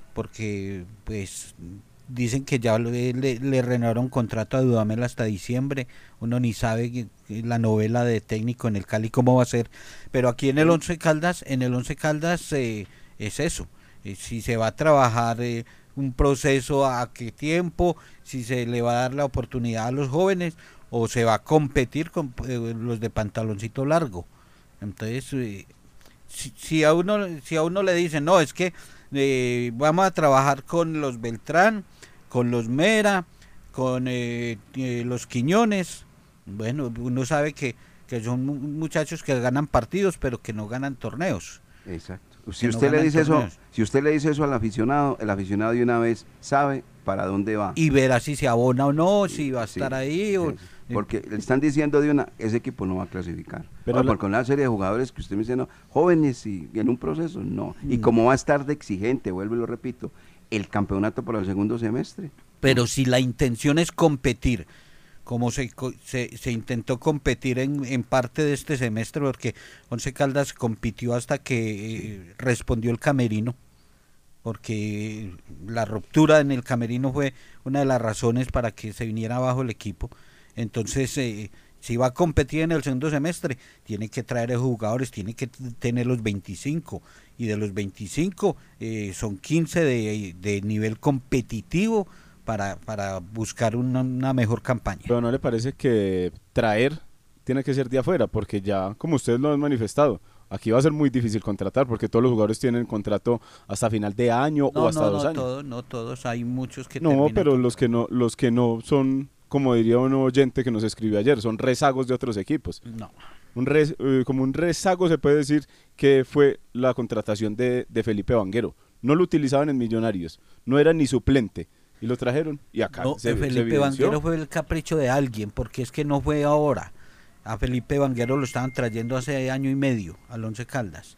[SPEAKER 8] porque pues dicen que ya le, le, le renovaron contrato a Dudamel hasta diciembre, uno ni sabe que, que la novela de técnico en el Cali cómo va a ser, pero aquí en el Once Caldas, en el Once Caldas eh, es eso, eh, si se va a trabajar eh, un proceso a qué tiempo, si se le va a dar la oportunidad a los jóvenes o se va a competir con eh, los de pantaloncito largo. Entonces, eh, si, si a uno si a uno le dicen, no, es que eh, vamos a trabajar con los Beltrán, con los Mera, con eh, eh, los Quiñones, bueno, uno sabe que, que son muchachos que ganan partidos, pero que no ganan torneos.
[SPEAKER 6] Exacto. Si usted no le dice torneos. eso, si usted le dice eso al aficionado, el aficionado de una vez sabe para dónde va.
[SPEAKER 8] Y verá si se abona o no, si va a estar sí, ahí o...
[SPEAKER 6] Sí. Porque le están diciendo de una, ese equipo no va a clasificar. Pero no, la... Porque una serie de jugadores que usted me dice, no, jóvenes y, y en un proceso, no. Mm. Y como va a estar de exigente, vuelvo y lo repito, el campeonato para el segundo semestre.
[SPEAKER 8] Pero si la intención es competir, como se, se, se intentó competir en, en parte de este semestre, porque Once Caldas compitió hasta que eh, respondió el camerino, porque la ruptura en el camerino fue una de las razones para que se viniera abajo el equipo. Entonces, eh, Si va a competir en el segundo semestre, tiene que traer a jugadores, tiene que t- tener los veinticinco, y de los veinticinco eh, son quince de, de nivel competitivo para, para buscar una, una mejor campaña.
[SPEAKER 9] Pero ¿no le parece que traer tiene que ser de afuera? Porque ya, como ustedes lo han manifestado, aquí va a ser muy difícil contratar porque todos los jugadores tienen contrato hasta final de año
[SPEAKER 8] No,
[SPEAKER 9] o hasta
[SPEAKER 8] no,
[SPEAKER 9] dos
[SPEAKER 8] no
[SPEAKER 9] años.
[SPEAKER 8] todos, no todos, hay muchos que
[SPEAKER 9] No,
[SPEAKER 8] terminan
[SPEAKER 9] pero
[SPEAKER 8] con-
[SPEAKER 9] los que no, los que no son, como diría un oyente que nos escribió ayer, son rezagos de otros equipos.
[SPEAKER 8] No.
[SPEAKER 9] Un rez- eh, como un rezago se puede decir que fue la contratación de, de Felipe Vanguero. No lo utilizaban en Millonarios, no era ni suplente y lo trajeron y acá
[SPEAKER 8] No,
[SPEAKER 9] se,
[SPEAKER 8] eh,
[SPEAKER 9] se
[SPEAKER 8] Felipe
[SPEAKER 9] evidenció.
[SPEAKER 8] Vanguero fue el capricho de alguien, porque es que no fue ahora. A Felipe Vanguero lo estaban trayendo hace año y medio al Once Caldas.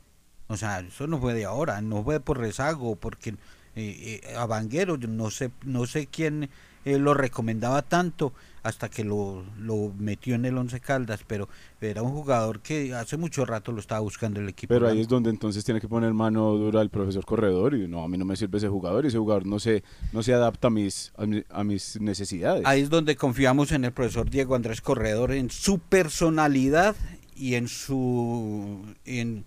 [SPEAKER 8] O sea, eso no fue de ahora, no fue por rezago, porque eh, eh, a Vanguero yo no sé, no sé quién eh, lo recomendaba tanto hasta que lo, lo metió en el Once Caldas, pero era un jugador que hace mucho rato lo estaba buscando el equipo.
[SPEAKER 9] Pero ahí
[SPEAKER 8] blanco.
[SPEAKER 9] es donde entonces tiene que poner mano dura el profesor Corredor y no, a mí no me sirve ese jugador y ese jugador no se, no se adapta a mis, a, mi- a mis necesidades.
[SPEAKER 8] Ahí es donde confiamos en el profesor Diego Andrés Corredor, en su personalidad y en su en,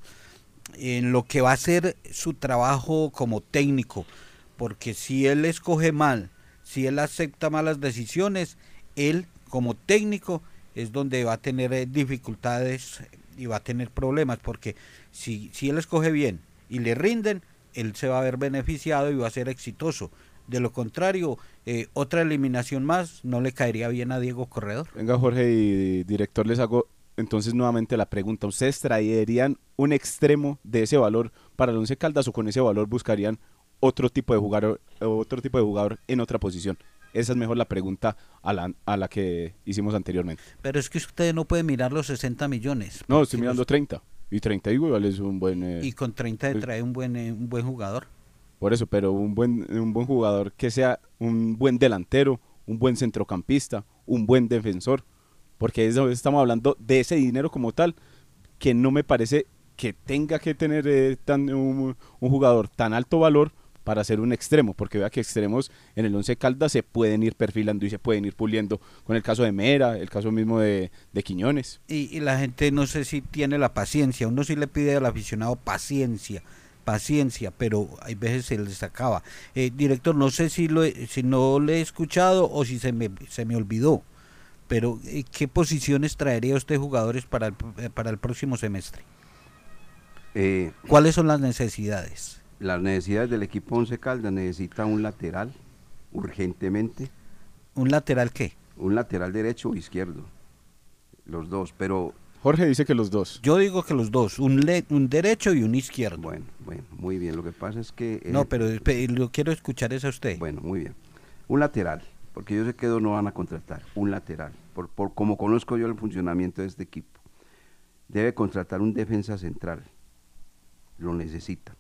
[SPEAKER 8] en lo que va a ser su trabajo como técnico, porque si él escoge mal, si él acepta malas decisiones, él como técnico es donde va a tener eh, dificultades y va a tener problemas, porque si, si él escoge bien y le rinden, él se va a ver beneficiado y va a ser exitoso. De lo contrario, eh, otra eliminación más no le caería bien a Diego Corredor.
[SPEAKER 9] Venga, Jorge y director, les hago entonces nuevamente la pregunta. ¿Ustedes traerían un extremo de ese valor para el Once Caldas o con ese valor buscarían otro tipo de jugador, otro tipo de jugador en otra posición? Esa es mejor la pregunta a la, a la que hicimos anteriormente.
[SPEAKER 8] Pero es que usted no puede mirar los sesenta millones.
[SPEAKER 9] No, estoy
[SPEAKER 8] porque
[SPEAKER 9] mirando
[SPEAKER 8] los-
[SPEAKER 9] treinta. Y treinta igual es un buen... eh,
[SPEAKER 8] Y con treinta
[SPEAKER 9] pues-
[SPEAKER 8] trae un buen eh, un buen jugador.
[SPEAKER 9] Por eso, pero un buen, un buen jugador que sea un buen delantero, un buen centrocampista, un buen defensor, porque eso, estamos hablando de ese dinero como tal, que no me parece que tenga que tener eh, tan, un, un jugador tan alto valor para ser un extremo, porque vea que extremos en el Once Caldas se pueden ir perfilando y se pueden ir puliendo, con el caso de Mera, el caso mismo de, de Quiñones.
[SPEAKER 8] Y, y la gente no sé si tiene la paciencia, uno sí le pide al aficionado paciencia, paciencia, pero hay veces se les acaba. Eh, director, no sé si, lo he- si no le he escuchado o si se me, se me olvidó, pero eh, ¿qué posiciones traería usted jugadores para el, eh, para el próximo semestre?
[SPEAKER 6] Eh,
[SPEAKER 8] ¿Cuáles son las necesidades?
[SPEAKER 6] Las necesidades del equipo Once Caldas: necesita un lateral urgentemente.
[SPEAKER 8] ¿Un lateral qué?
[SPEAKER 6] Un lateral derecho o izquierdo, los dos, pero...
[SPEAKER 9] Jorge dice que los dos.
[SPEAKER 8] Yo digo que los dos, un, le- un derecho y un izquierdo.
[SPEAKER 6] Bueno, bueno, muy bien, lo que pasa es que... eh,
[SPEAKER 8] No, pero espe- lo quiero escuchar es a usted.
[SPEAKER 6] Bueno, muy bien. Un lateral, porque yo sé que dos no van a contratar, un lateral, por, por como conozco yo el funcionamiento de este equipo. Debe contratar un defensa central, lo necesita.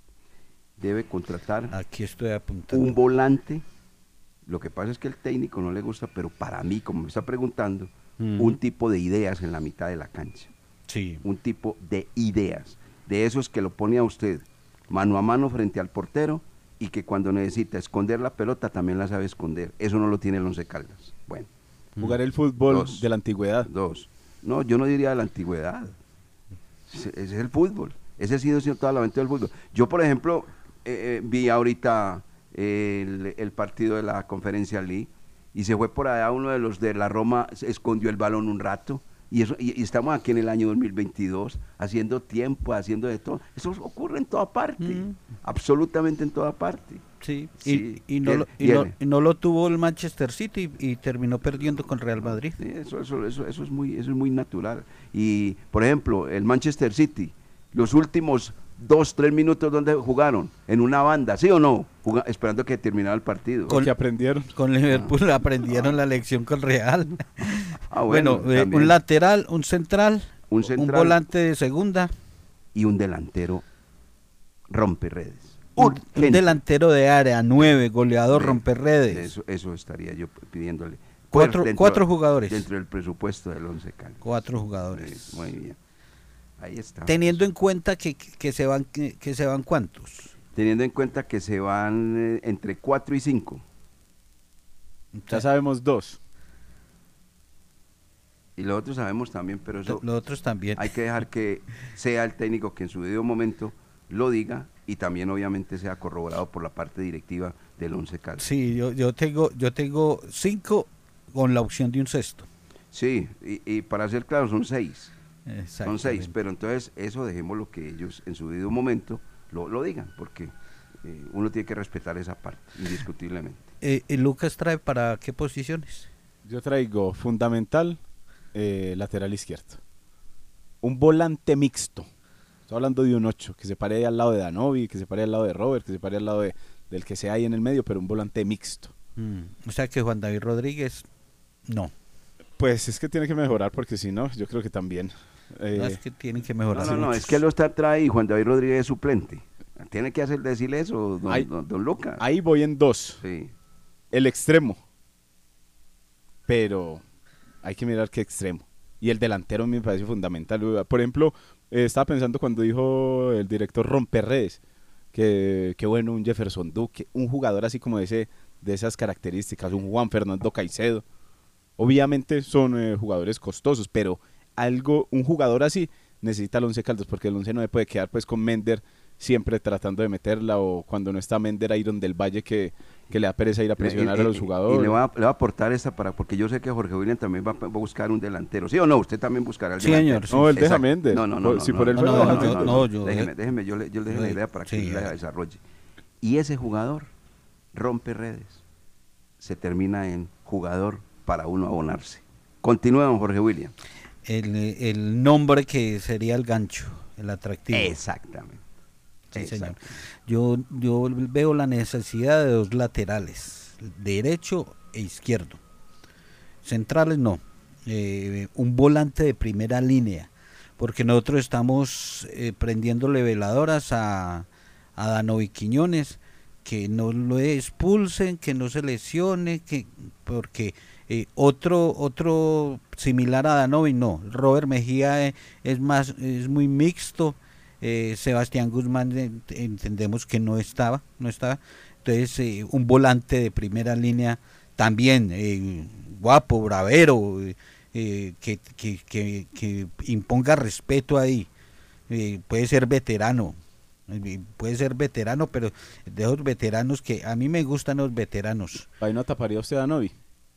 [SPEAKER 6] Debe contratar
[SPEAKER 8] Aquí estoy apuntando.
[SPEAKER 6] un volante. Lo que pasa es que el técnico no le gusta, pero para mí, como me está preguntando,
[SPEAKER 8] Mm.
[SPEAKER 6] un tipo de ideas en la mitad de la cancha.
[SPEAKER 8] Sí.
[SPEAKER 6] Un tipo de ideas, de esos que lo pone a usted mano a mano frente al portero y que cuando necesita esconder la pelota también la sabe esconder. Eso no lo tiene el Once Caldas. Bueno.
[SPEAKER 9] Jugar el fútbol
[SPEAKER 6] Dos.
[SPEAKER 9] de la antigüedad.
[SPEAKER 6] Dos. No, yo no diría de la antigüedad. Ese, ese es el fútbol. Ese ha sido, sido toda la aventura del fútbol. Yo, por ejemplo, eh, eh, vi ahorita el, el partido de la Conferencia League y se fue por allá uno de los de la Roma, se escondió el balón un rato. Y, eso, y, y estamos aquí en el año dos mil veintidós haciendo tiempo, haciendo de todo. Eso ocurre en toda parte,
[SPEAKER 8] Mm.
[SPEAKER 6] absolutamente en toda parte.
[SPEAKER 8] Sí,
[SPEAKER 6] Sí,
[SPEAKER 8] y, y no
[SPEAKER 6] tiene-
[SPEAKER 8] lo, y, no,
[SPEAKER 6] tiene.
[SPEAKER 8] y no lo tuvo el Manchester City y terminó perdiendo con Real Madrid.
[SPEAKER 6] Sí, eso, eso, eso, eso es muy, eso es muy natural. Y, por ejemplo, el Manchester City, los últimos dos, tres minutos donde jugaron, en una banda, ¿sí o no? Juga- esperando que terminara el partido.
[SPEAKER 8] Con-
[SPEAKER 9] que aprendieron.
[SPEAKER 8] Con Liverpool aprendieron la lección con Real.
[SPEAKER 6] Ah,
[SPEAKER 8] bueno,
[SPEAKER 6] bueno,
[SPEAKER 8] eh,
[SPEAKER 6] también.
[SPEAKER 8] un lateral, un central,
[SPEAKER 6] Un
[SPEAKER 8] un
[SPEAKER 6] central.
[SPEAKER 8] volante de segunda,
[SPEAKER 6] Y un delantero rompe redes.
[SPEAKER 8] un,
[SPEAKER 6] Urgente.
[SPEAKER 8] un delantero de área, nueve, goleador,
[SPEAKER 6] Sí,
[SPEAKER 8] romper redes.
[SPEAKER 6] Eso, eso estaría yo pidiéndole.
[SPEAKER 8] Cuatro-
[SPEAKER 6] Pues dentro-
[SPEAKER 8] cuatro jugadores.
[SPEAKER 6] Dentro del presupuesto del Once Caldas.
[SPEAKER 8] Cuatro jugadores.
[SPEAKER 6] Sí, muy bien. Ahí está.
[SPEAKER 8] Teniendo en cuenta que, que se van que, que se van cuántos.
[SPEAKER 6] Teniendo en cuenta que se van eh, entre cuatro y cinco.
[SPEAKER 9] Ya sabemos dos.
[SPEAKER 6] Y los otros sabemos también, pero eso...
[SPEAKER 8] Los otros también.
[SPEAKER 6] Hay que dejar que sea el técnico que en su debido momento lo diga y también obviamente sea corroborado por la parte directiva del Once Caldas.
[SPEAKER 8] Sí, yo, yo, tengo, yo tengo cinco con la opción de un sexto.
[SPEAKER 6] Sí, y, y para ser claro son seis. Son seis, pero entonces eso dejémoslo que ellos en su debido momento lo, lo digan, porque eh, uno tiene que respetar esa parte, indiscutiblemente.
[SPEAKER 8] Eh, ¿y Lucas trae para qué posiciones?
[SPEAKER 9] Yo traigo fundamental, eh, lateral izquierdo. Un volante mixto. Estoy hablando de un ocho, que se pare al lado de Danovi, que se pare al lado de Robert, que se pare al lado de, del que sea ahí en el medio, pero un volante mixto.
[SPEAKER 8] Mm, o sea que Juan David Rodríguez, no.
[SPEAKER 9] Pues es que tiene que mejorar, porque si no, yo creo que también. Eh,
[SPEAKER 8] no, es que tienen que mejorar.
[SPEAKER 6] No, no, no, es que él lo está trae y Juan David Rodríguez es suplente. Tiene que hacer decirle eso, don,
[SPEAKER 9] ahí,
[SPEAKER 6] don, don Lucas.
[SPEAKER 9] Ahí voy en dos.
[SPEAKER 6] Sí.
[SPEAKER 9] El extremo. Pero hay que mirar qué extremo. Y el delantero me parece fundamental. Por ejemplo, eh, estaba pensando cuando dijo el director Romperredes, que, que bueno, un Jefferson Duque, un jugador así como de, ese, de esas características, un Juan Fernando Caicedo. Obviamente son eh, jugadores costosos, pero algo, un jugador así necesita el Once Caldas, porque el Once no me puede quedar pues con Mender siempre tratando de meterla, o cuando no está Mender, Iron del Valle que, que le da pereza ir a presionar
[SPEAKER 6] y, y,
[SPEAKER 9] a los jugadores.
[SPEAKER 6] Y le va, a, le va a aportar esta para, porque yo sé que Jorge William también va, va a buscar un delantero, ¿sí o no? Usted también buscará el
[SPEAKER 8] sí,
[SPEAKER 6] delantero.
[SPEAKER 8] Señor, sí.
[SPEAKER 9] No, él deja
[SPEAKER 6] Exacto.
[SPEAKER 9] Mender.
[SPEAKER 6] No, no, no. no,
[SPEAKER 9] si
[SPEAKER 6] no,
[SPEAKER 9] por él
[SPEAKER 6] no,
[SPEAKER 9] fuera,
[SPEAKER 6] no, no,
[SPEAKER 9] deja
[SPEAKER 6] no, no,
[SPEAKER 8] no, yo
[SPEAKER 6] déjeme,
[SPEAKER 8] de...
[SPEAKER 6] déjeme, yo le, yo le dejo la idea para que
[SPEAKER 8] sí,
[SPEAKER 6] la desarrolle. Y ese jugador rompe redes, se termina en jugador para uno abonarse. Continúa, don Jorge William.
[SPEAKER 8] El, el nombre que sería el gancho, el atractivo.
[SPEAKER 6] Exactamente.
[SPEAKER 8] Sí, señor. Yo, yo veo la necesidad de dos laterales, derecho e izquierdo. Centrales no. Eh, un volante de primera línea, porque nosotros estamos eh, prendiéndole veladoras a, a Danovi Quiñones, que no lo expulsen, que no se lesione, que porque eh, otro otro similar a Danovi no. Robert Mejía eh, es más es muy mixto. Eh, Sebastián Guzmán eh, entendemos que no estaba, no estaba. Entonces eh, un volante de primera línea también eh, guapo, bravero, eh, eh, que, que, que, que imponga respeto ahí. Eh, puede ser veterano. Puede ser veterano, pero de esos veteranos que a mí me gustan los veteranos.
[SPEAKER 9] ¿Ahí no taparía usted a Danovi?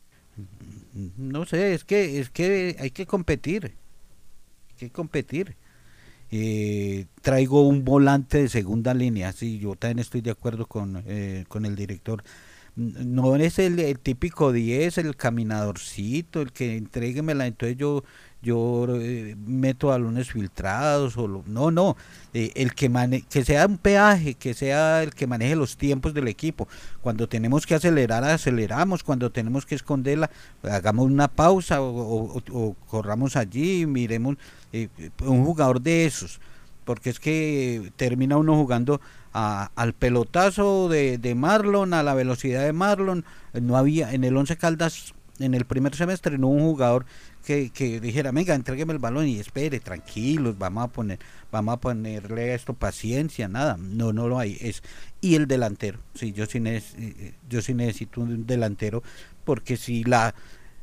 [SPEAKER 8] No sé, es que es que hay que competir, hay que competir. Eh, traigo un volante de segunda línea, sí, yo también estoy de acuerdo con, eh, con el director. No es el, el típico diez, el caminadorcito, el que entréguemela, entonces yo yo eh, meto balones filtrados o lo, no, no, eh, el que mane, que sea un peaje, que sea el que maneje los tiempos del equipo. Cuando tenemos que acelerar, aceleramos, cuando tenemos que esconderla, hagamos una pausa o, o, o corramos allí, miremos eh, un jugador de esos, porque es que termina uno jugando a, al pelotazo de, de Marlon, a la velocidad de Marlon. No había en el Once Caldas en el primer semestre no hubo un jugador que, que dijera, venga, entrégueme el balón y espere, tranquilos, vamos a poner, vamos a ponerle a esto paciencia, nada, no, no lo hay. Es, y el delantero, sí, yo sí, neces, yo sí necesito un delantero, porque si la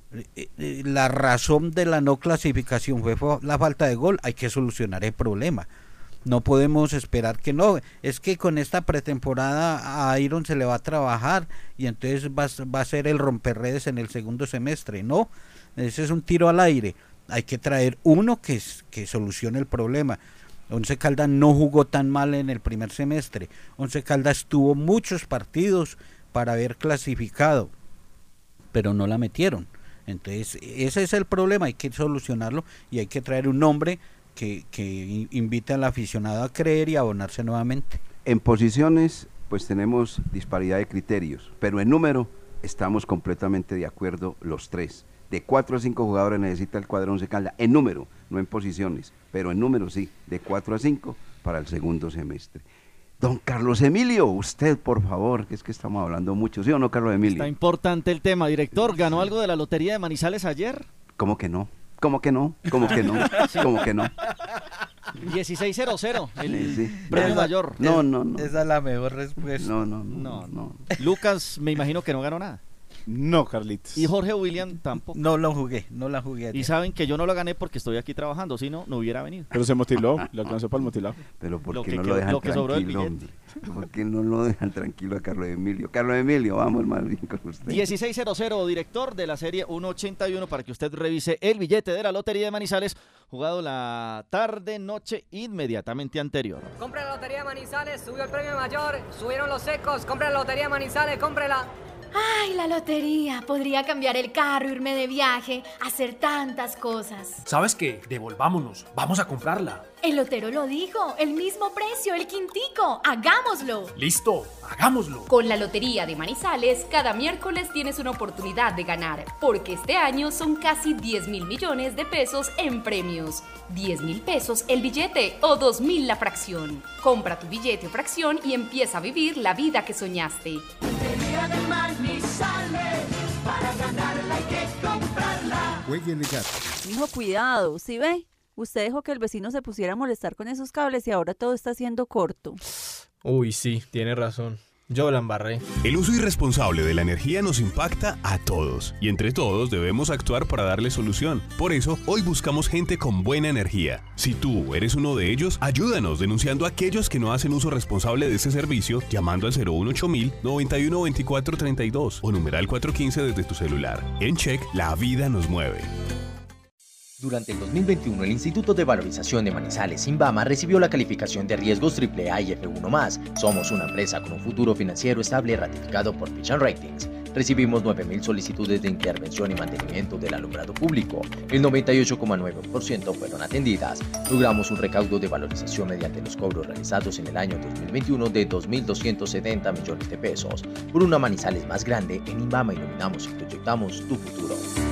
[SPEAKER 8] la razón de la no clasificación fue la falta de gol, hay que solucionar el problema. No podemos esperar que no, es que con esta pretemporada a Iron se le va a trabajar y entonces va, va a ser el romperredes en el segundo semestre. No, ese es un tiro al aire. Hay que traer uno que, que solucione el problema. Once Caldas no jugó tan mal en el primer semestre. Once Caldas tuvo muchos partidos para haber clasificado, pero no la metieron. Entonces ese es el problema, hay que solucionarlo y hay que traer un hombre que, que invite al aficionado a creer y a abonarse nuevamente.
[SPEAKER 6] En posiciones pues tenemos disparidad de criterios, pero en número estamos completamente de acuerdo los tres. De cuatro a cinco jugadores necesita el cuadro Once Caldas, en número, no en posiciones, pero en número sí, de cuatro a cinco para el segundo semestre. Don Carlos Emilio, usted por favor, que es que estamos hablando mucho, ¿sí o no, Carlos Emilio?
[SPEAKER 10] Está importante el tema, director. ¿Ganó algo de la lotería de Manizales ayer?
[SPEAKER 6] ¿Cómo que no? ¿Cómo que no? ¿Cómo que no? ¿Cómo que no?
[SPEAKER 10] dieciséis cero cero, el
[SPEAKER 6] sí, sí.
[SPEAKER 10] premio
[SPEAKER 6] Esa,
[SPEAKER 10] mayor.
[SPEAKER 6] No, no, no.
[SPEAKER 8] Esa es la mejor respuesta.
[SPEAKER 6] No, no, no.
[SPEAKER 10] No,
[SPEAKER 6] no.
[SPEAKER 10] Lucas, me imagino que no ganó nada.
[SPEAKER 9] No, Carlitos.
[SPEAKER 10] Y Jorge William tampoco.
[SPEAKER 8] No lo jugué, no la jugué.
[SPEAKER 10] Y saben que yo no lo gané porque estoy aquí trabajando, si no, no hubiera venido.
[SPEAKER 9] Pero se motiló, le alcanzó para el motilado.
[SPEAKER 6] Pero ¿por
[SPEAKER 10] Lo
[SPEAKER 6] qué
[SPEAKER 10] que
[SPEAKER 6] no
[SPEAKER 10] quedó-
[SPEAKER 6] lo dejan
[SPEAKER 10] lo que sobró del
[SPEAKER 6] tranquilo, hombre? ¿Por qué no lo dejan tranquilo a Carlos Emilio? Carlos Emilio, vamos más bien con usted.
[SPEAKER 10] dieciséis cero cero, director de la serie ciento ochenta y uno, para que usted revise el billete de la Lotería de Manizales, jugado la tarde, noche inmediatamente anterior.
[SPEAKER 1] Compra la Lotería Manizales, subió el premio mayor, subieron los secos, compra la Lotería Manizales, cómprela.
[SPEAKER 15] Ay, la lotería. Podría cambiar el carro, irme de viaje, hacer tantas cosas.
[SPEAKER 22] ¿Sabes qué? Devolvámonos. Vamos a comprarla.
[SPEAKER 15] El lotero lo dijo, el mismo precio, el quintico. ¡Hagámoslo!
[SPEAKER 22] Listo, hagámoslo.
[SPEAKER 23] Con la Lotería de Manizales, cada miércoles tienes una oportunidad de ganar, porque este año son casi diez mil millones de pesos en premios. diez mil pesos el billete o dos mil la fracción. Compra tu billete o fracción y empieza a vivir la vida que soñaste.
[SPEAKER 7] Lotería de Manizales, para ganarla hay que comprarla.
[SPEAKER 24] Juegue legal.
[SPEAKER 25] Mijo, cuidado, ¿sí ve? Usted dejó que el vecino se pusiera a molestar con esos cables y ahora todo está siendo corto.
[SPEAKER 26] Uy, sí, tiene razón. Yo la embarré.
[SPEAKER 27] El uso irresponsable de la energía nos impacta a todos y entre todos debemos actuar para darle solución. Por eso, hoy buscamos gente con buena energía. Si tú eres uno de ellos, ayúdanos denunciando a aquellos que no hacen uso responsable de este servicio llamando al cero uno ocho mil, noventa y uno veinticuatro treinta y dos o numeral cuatrocientos quince desde tu celular. En Check, la vida nos mueve.
[SPEAKER 28] Durante el dos mil veintiuno, el Instituto de Valorización de Manizales, INVAMA, recibió la calificación de riesgos triple A y F uno más. Somos una empresa con un futuro financiero estable ratificado por Fitch and Ratings. Recibimos nueve mil solicitudes de intervención y mantenimiento del alumbrado público. El noventa y ocho coma nueve por ciento fueron atendidas. Logramos un recaudo de valorización mediante los cobros realizados en el año dos mil veintiuno de dos mil doscientos setenta millones de pesos. Por una Manizales más grande, en INVAMA iluminamos y proyectamos tu futuro.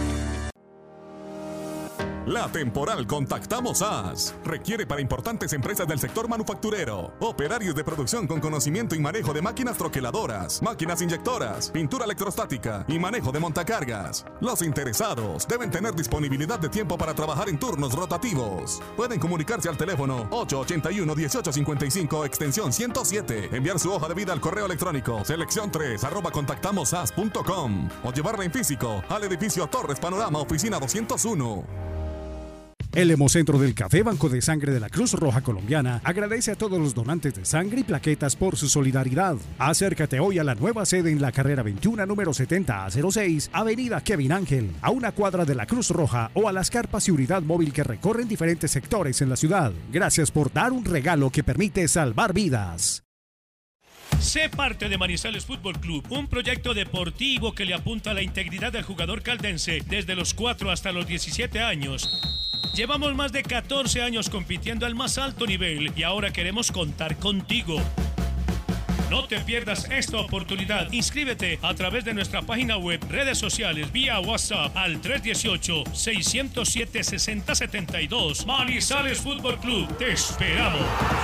[SPEAKER 29] La temporal Contactamos A S requiere para importantes empresas del sector manufacturero, operarios de producción con conocimiento y manejo de máquinas troqueladoras, máquinas inyectoras, pintura electrostática y manejo de montacargas. Los interesados deben tener disponibilidad de tiempo para trabajar en turnos rotativos. Pueden comunicarse al teléfono ocho ochenta y uno, dieciocho cincuenta y cinco, extensión ciento siete, enviar su hoja de vida al correo electrónico selección tres arroba contactamosas punto com o llevarla en físico al edificio Torres Panorama, oficina doscientos uno.
[SPEAKER 24] El Hemocentro del Café Banco de Sangre de la Cruz Roja Colombiana agradece a todos los donantes de sangre y plaquetas por su solidaridad. Acércate hoy a la nueva sede en la carrera veintiuno, número setenta a cero seis, Avenida Kevin Ángel, a una cuadra de la Cruz Roja o a las carpas y unidad móvil que recorren diferentes sectores en la ciudad. Gracias por dar un regalo que permite salvar vidas.
[SPEAKER 30] Sé parte de Manizales Fútbol Club, un proyecto deportivo que le apunta a la integridad del jugador caldense desde los cuatro hasta los diecisiete años. Llevamos más de catorce años compitiendo al más alto nivel y ahora queremos contar contigo. No te pierdas esta oportunidad. Inscríbete a través de nuestra página web, redes sociales, vía WhatsApp al tres uno ocho, seis cero siete, seis cero siete dos. Manizales Fútbol Club, te esperamos.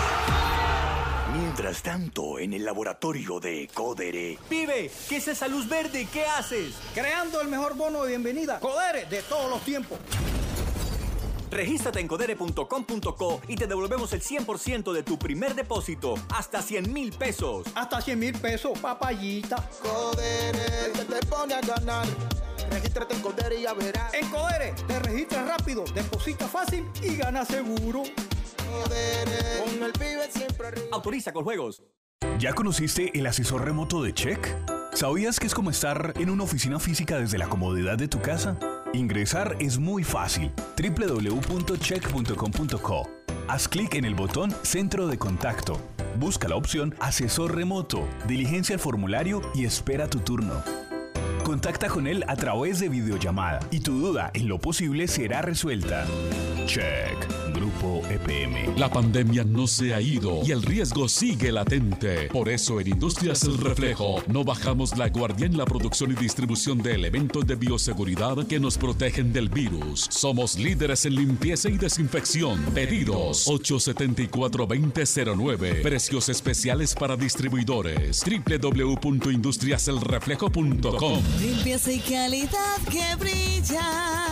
[SPEAKER 16] Mientras tanto, en el laboratorio de Codere.
[SPEAKER 17] Pibe, ¿qué es esa luz verde? ¿Qué haces?
[SPEAKER 18] Creando el mejor bono de bienvenida, Codere, de todos los tiempos.
[SPEAKER 17] Regístrate en codere punto com punto co y te devolvemos el cien por ciento de tu primer depósito, hasta cien mil pesos.
[SPEAKER 18] Hasta cien mil pesos, papayita.
[SPEAKER 19] Codere, que te pone a ganar. Regístrate en Codere y ya verás.
[SPEAKER 18] En Codere, te registras rápido, deposita fácil y gana seguro.
[SPEAKER 19] Codere, con el pibe siempre arriba.
[SPEAKER 17] Autoriza con juegos.
[SPEAKER 5] ¿Ya conociste el asesor remoto de Check? ¿Sabías que es como estar en una oficina física desde la comodidad de tu casa? Ingresar es muy fácil. doble u doble u doble u punto check punto com punto co. Haz clic en el botón Centro de Contacto. Busca la opción Asesor Remoto, diligencia el formulario y espera tu turno. Contacta con él a través de videollamada y tu duda, en lo posible, será resuelta. Check. Grupo E P M.
[SPEAKER 4] La pandemia no se ha ido y el riesgo sigue latente. Por eso en Industrias El Reflejo no bajamos la guardia en la producción y distribución de elementos de bioseguridad que nos protegen del virus. Somos líderes en limpieza y desinfección. Pedidos ocho siete cuatro, dos cero cero nueve. Precios especiales para distribuidores. doble u doble u doble u punto industrias el reflejo punto com.
[SPEAKER 31] Limpieza y calidad que brillan.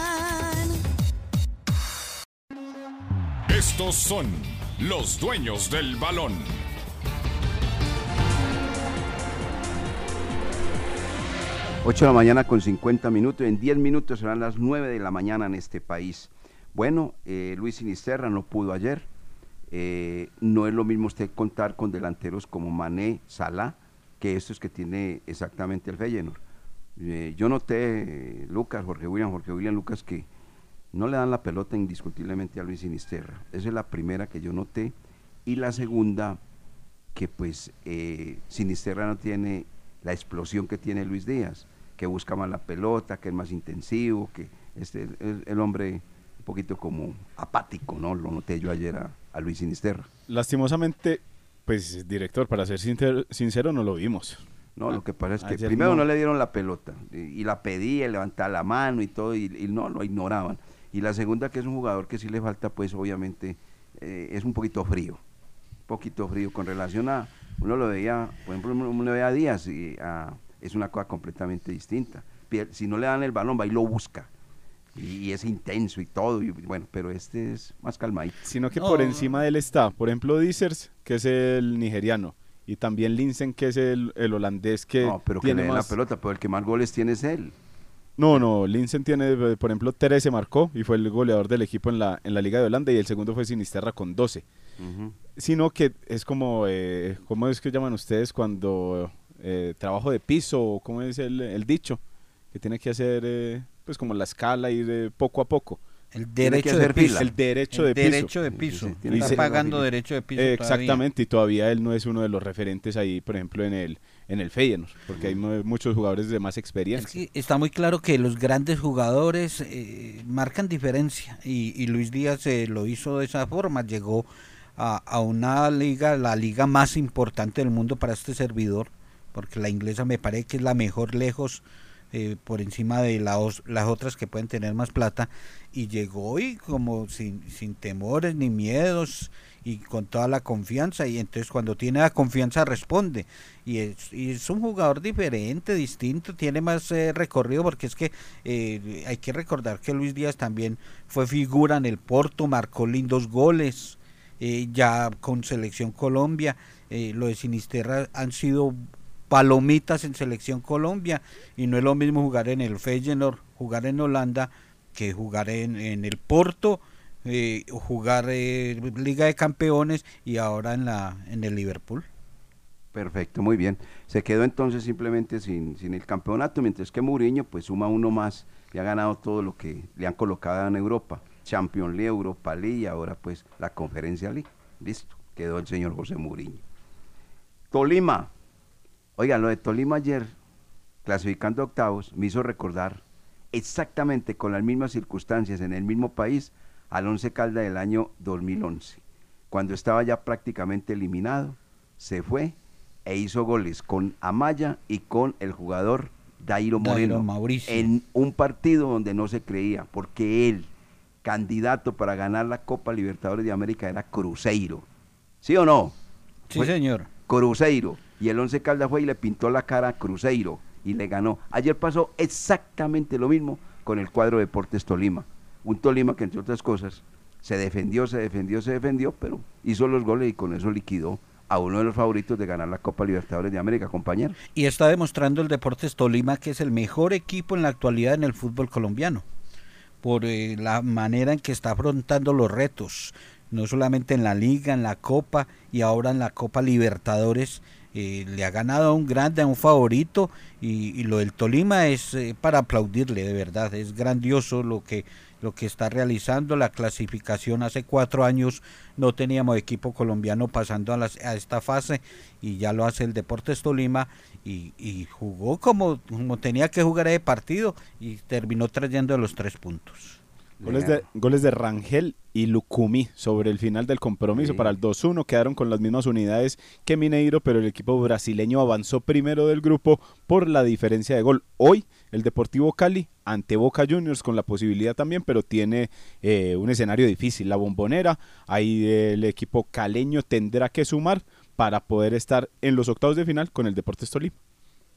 [SPEAKER 5] Estos son los dueños del balón.
[SPEAKER 2] ocho de la mañana con cincuenta minutos, en diez minutos serán las nueve de la mañana en este país. Bueno, eh, Luis Sinisterra no pudo ayer, eh, no es lo mismo usted contar con delanteros como Mané, Salah, que estos que tiene exactamente el Feyenoord. Eh, yo noté, eh, Lucas, Jorge William, Jorge William Lucas, que no le dan la pelota indiscutiblemente a Luis Sinisterra. Esa es la primera que yo noté. Y la segunda, que pues eh, Sinisterra no tiene la explosión que tiene Luis Díaz, que busca más la pelota, que es más intensivo, que este el, el hombre un poquito como apático, ¿no? Lo noté yo ayer a, a Luis Sinisterra.
[SPEAKER 3] Lastimosamente, pues director, para ser sincero, sincero no lo vimos.
[SPEAKER 2] No, lo que pasa es que
[SPEAKER 3] Ayer
[SPEAKER 2] primero
[SPEAKER 3] no.
[SPEAKER 2] no le dieron la pelota, y, y la pedía, y levantaba la mano y todo, y, y no, lo ignoraban. Y la segunda, que es un jugador que sí le falta, pues obviamente, eh, es un poquito frío, un poquito frío con relación a, uno lo veía, por ejemplo, uno lo veía a Díaz, y a, es una cosa completamente distinta. Si no le dan el balón, va y lo busca, y, y es intenso y todo, y bueno, pero este es más calmadito.
[SPEAKER 3] Sino que no. Por encima de él está, por ejemplo, Dissers, que es el nigeriano, y también Linsen, que es el, el holandés que
[SPEAKER 2] no, pero
[SPEAKER 3] tiene
[SPEAKER 2] que le den
[SPEAKER 3] más...
[SPEAKER 2] la pelota, pero el que más goles tiene es él.
[SPEAKER 3] No, no, Linsen tiene, por ejemplo, trece marcó y fue el goleador del equipo en la, en la Liga de Holanda, y el segundo fue Sinisterra con doce. Uh-huh. Sino que es como, eh, ¿cómo es que llaman ustedes cuando eh, trabajo de piso, o cómo es el, el dicho? Que tiene que hacer, eh, pues como la escala, ir eh, poco a poco.
[SPEAKER 6] El derecho de piso.
[SPEAKER 3] El derecho
[SPEAKER 6] el
[SPEAKER 3] de piso.
[SPEAKER 6] derecho de piso.
[SPEAKER 3] Sí, sí, sí.
[SPEAKER 6] Está
[SPEAKER 3] Dice,
[SPEAKER 6] pagando derecho de piso
[SPEAKER 3] eh,
[SPEAKER 6] todavía.
[SPEAKER 3] Exactamente, y todavía él no es uno de los referentes ahí, por ejemplo, en el en el Feyenoord, porque hay muchos jugadores de más experiencia.
[SPEAKER 6] Es que está muy claro que los grandes jugadores eh, marcan diferencia, y, y Luis Díaz eh, lo hizo de esa forma, llegó a, a una liga, la liga más importante del mundo para este servidor, porque la inglesa me parece que es la mejor lejos, Eh, por encima de la os, las otras que pueden tener más plata, y llegó y como sin, sin temores ni miedos, y con toda la confianza, y entonces cuando tiene la confianza responde, y es, y es un jugador diferente, distinto, tiene más eh, recorrido, porque es que eh, hay que recordar que Luis Díaz también fue figura en el Porto, marcó lindos goles, eh, ya con Selección Colombia, eh, lo de Sinisterra han sido palomitas en Selección Colombia, y no es lo mismo jugar en el Feyenoord, jugar en Holanda, que jugar en, en el Porto, eh, jugar eh, Liga de Campeones, y ahora en la en el Liverpool.
[SPEAKER 2] Perfecto, muy bien. Se quedó entonces simplemente sin, sin el campeonato, mientras que Mourinho pues suma uno más, y ha ganado todo lo que le han colocado en Europa, Champions League, Europa League, y ahora pues la Conferencia League. Listo, quedó el señor José Mourinho. Tolima. Oigan, lo de Tolima ayer, clasificando a octavos, me hizo recordar exactamente con las mismas circunstancias, en el mismo país, al Once Caldas del año dos mil once, cuando estaba ya prácticamente eliminado, se fue e hizo goles con Amaya y con el jugador Dairo Moreno,
[SPEAKER 6] Dairo Mauricio,
[SPEAKER 2] en un partido donde no se creía, porque él, candidato para ganar la Copa Libertadores de América, era Cruzeiro, ¿sí o no?
[SPEAKER 6] Sí,
[SPEAKER 2] fue
[SPEAKER 6] señor.
[SPEAKER 2] Cruzeiro, y el Once Caldas fue y le pintó la cara a Cruzeiro y le ganó. Ayer pasó exactamente lo mismo con el cuadro Deportes Tolima, un Tolima que entre otras cosas se defendió, se defendió, se defendió, pero hizo los goles y con eso liquidó a uno de los favoritos de ganar la Copa Libertadores de América, compañero.
[SPEAKER 6] Y está demostrando el Deportes Tolima que es el mejor equipo en la actualidad en el fútbol colombiano, por eh, la manera en que está afrontando los retos, no solamente en la Liga, en la Copa, y ahora en la Copa Libertadores. Eh, le ha ganado a un grande, a un favorito, y, y lo del Tolima es eh, para aplaudirle, de verdad, es grandioso lo que lo que está realizando. La clasificación, hace cuatro años no teníamos equipo colombiano pasando a, las, a esta fase, y ya lo hace el Deportes Tolima, y, y jugó como, como tenía que jugar ese partido, y terminó trayendo los tres puntos.
[SPEAKER 3] Goles de, goles de Rangel y Lucumí sobre el final del compromiso, sí. Para el dos uno, quedaron con las mismas unidades que Mineiro, pero el equipo brasileño avanzó primero del grupo por la diferencia de gol. Hoy el Deportivo Cali ante Boca Juniors con la posibilidad también, pero tiene eh, un escenario difícil, la Bombonera. Ahí el equipo caleño tendrá que sumar para poder estar en los octavos de final con el Deportes Tolima.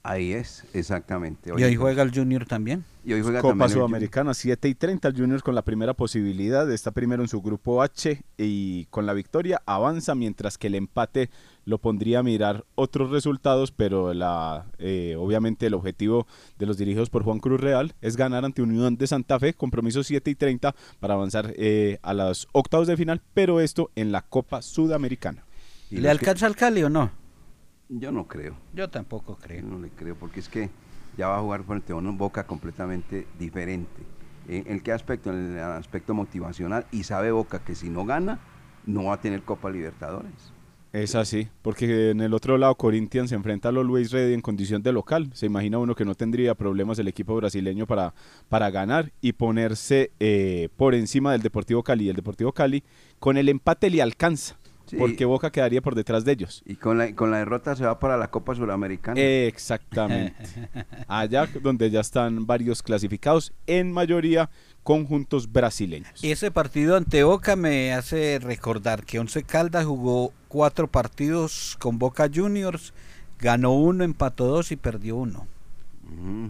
[SPEAKER 2] Ahí es, exactamente.
[SPEAKER 6] ¿Y hoy juega el Junior también?
[SPEAKER 2] Y hoy juega
[SPEAKER 3] Copa
[SPEAKER 2] también el
[SPEAKER 3] Sudamericana, siete y treinta, el Junior con la primera posibilidad, está primero en su grupo H y con la victoria avanza, mientras que el empate lo pondría a mirar otros resultados, pero la eh, obviamente el objetivo de los dirigidos por Juan Cruz Real es ganar ante Unión de Santa Fe, compromiso siete y treinta para avanzar eh, a los octavos de final, pero esto en la Copa Sudamericana.
[SPEAKER 6] ¿Le alcanza al Cali o no?
[SPEAKER 2] Yo no creo.
[SPEAKER 6] Yo tampoco creo.
[SPEAKER 2] Yo no le creo, porque es que ya va a jugar frente a un Boca completamente diferente. ¿En, en qué aspecto? En el aspecto motivacional, y sabe Boca que si no gana, no va a tener Copa Libertadores.
[SPEAKER 3] Es así, porque en el otro lado Corinthians se enfrenta a los Luis Ready en condición de local. Se imagina uno que no tendría problemas el equipo brasileño para, para ganar y ponerse eh, por encima del Deportivo Cali. El Deportivo Cali con el empate le alcanza. Sí. Porque Boca quedaría por detrás de ellos.
[SPEAKER 2] Y con la, con la derrota se va para la Copa Sudamericana.
[SPEAKER 3] Exactamente. Allá donde ya están varios clasificados, en mayoría conjuntos brasileños.
[SPEAKER 6] Ese partido ante Boca me hace recordar que Once Caldas jugó cuatro partidos con Boca Juniors, ganó uno, empató dos y perdió uno. Uh-huh.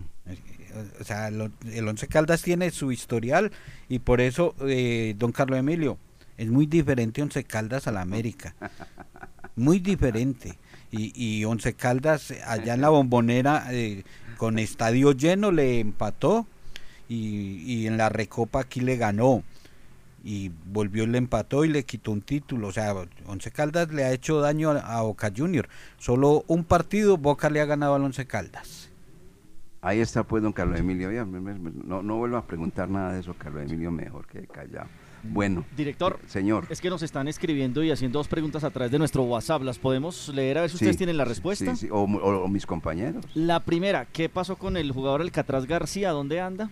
[SPEAKER 6] O sea, lo, el Once Caldas tiene su historial y por eso, eh, don Carlos Emilio, es muy diferente Once Caldas a la América, muy diferente, y, y Once Caldas allá en la Bombonera eh, con estadio lleno le empató y, y en la Recopa aquí le ganó y volvió y le empató y le quitó un título. O sea, Once Caldas le ha hecho daño a, a Boca Junior, solo un partido Boca le ha ganado al Once Caldas.
[SPEAKER 2] Ahí está pues don Carlos Emilio, no, no vuelvo a preguntar nada de eso, Carlos Emilio, mejor que callado. Bueno,
[SPEAKER 1] director,
[SPEAKER 2] señor,
[SPEAKER 1] es que nos están escribiendo y haciendo dos preguntas a través de nuestro WhatsApp. ¿Las podemos leer a ver si sí, ustedes tienen la respuesta?
[SPEAKER 2] Sí, sí. O, o, o mis compañeros.
[SPEAKER 1] La primera, ¿qué pasó con el jugador Alcatraz García? ¿Dónde anda?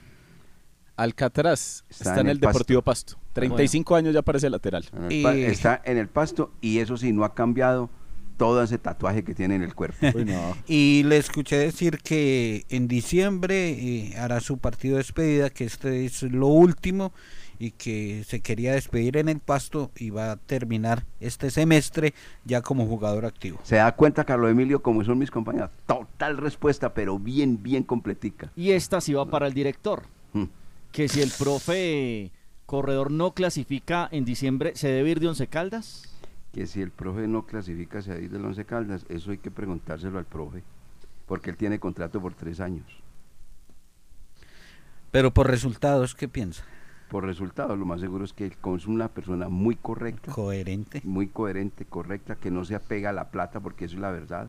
[SPEAKER 3] Alcatraz está, está en, en el, el Deportivo Pasto. Pasto. treinta y cinco bueno. años ya parece lateral.
[SPEAKER 2] En y... pa está en el Pasto y eso sí, no ha cambiado todo ese tatuaje que tiene en el cuerpo.
[SPEAKER 6] Uy, no. Y le escuché decir que en diciembre eh, hará su partido de despedida, que este es lo último, y que se quería despedir en el Pasto y va a terminar este semestre ya como jugador activo.
[SPEAKER 2] ¿Se da cuenta, Carlos Emilio, cómo son mis compañeros? Total respuesta, pero bien, bien completica.
[SPEAKER 1] Y esta sí va para el director, hmm. que si el profe Corredor no clasifica en diciembre, ¿se debe ir de Once Caldas?
[SPEAKER 2] Que si el profe no clasifica, se debe ir del Once Caldas, eso hay que preguntárselo al profe, porque él tiene contrato por tres años.
[SPEAKER 6] Pero por resultados, ¿qué piensa?
[SPEAKER 2] Por resultados, lo más seguro es que él es una persona muy correcta.
[SPEAKER 6] Coherente.
[SPEAKER 2] Muy coherente, correcta, que no se apega a la plata, porque eso es la verdad.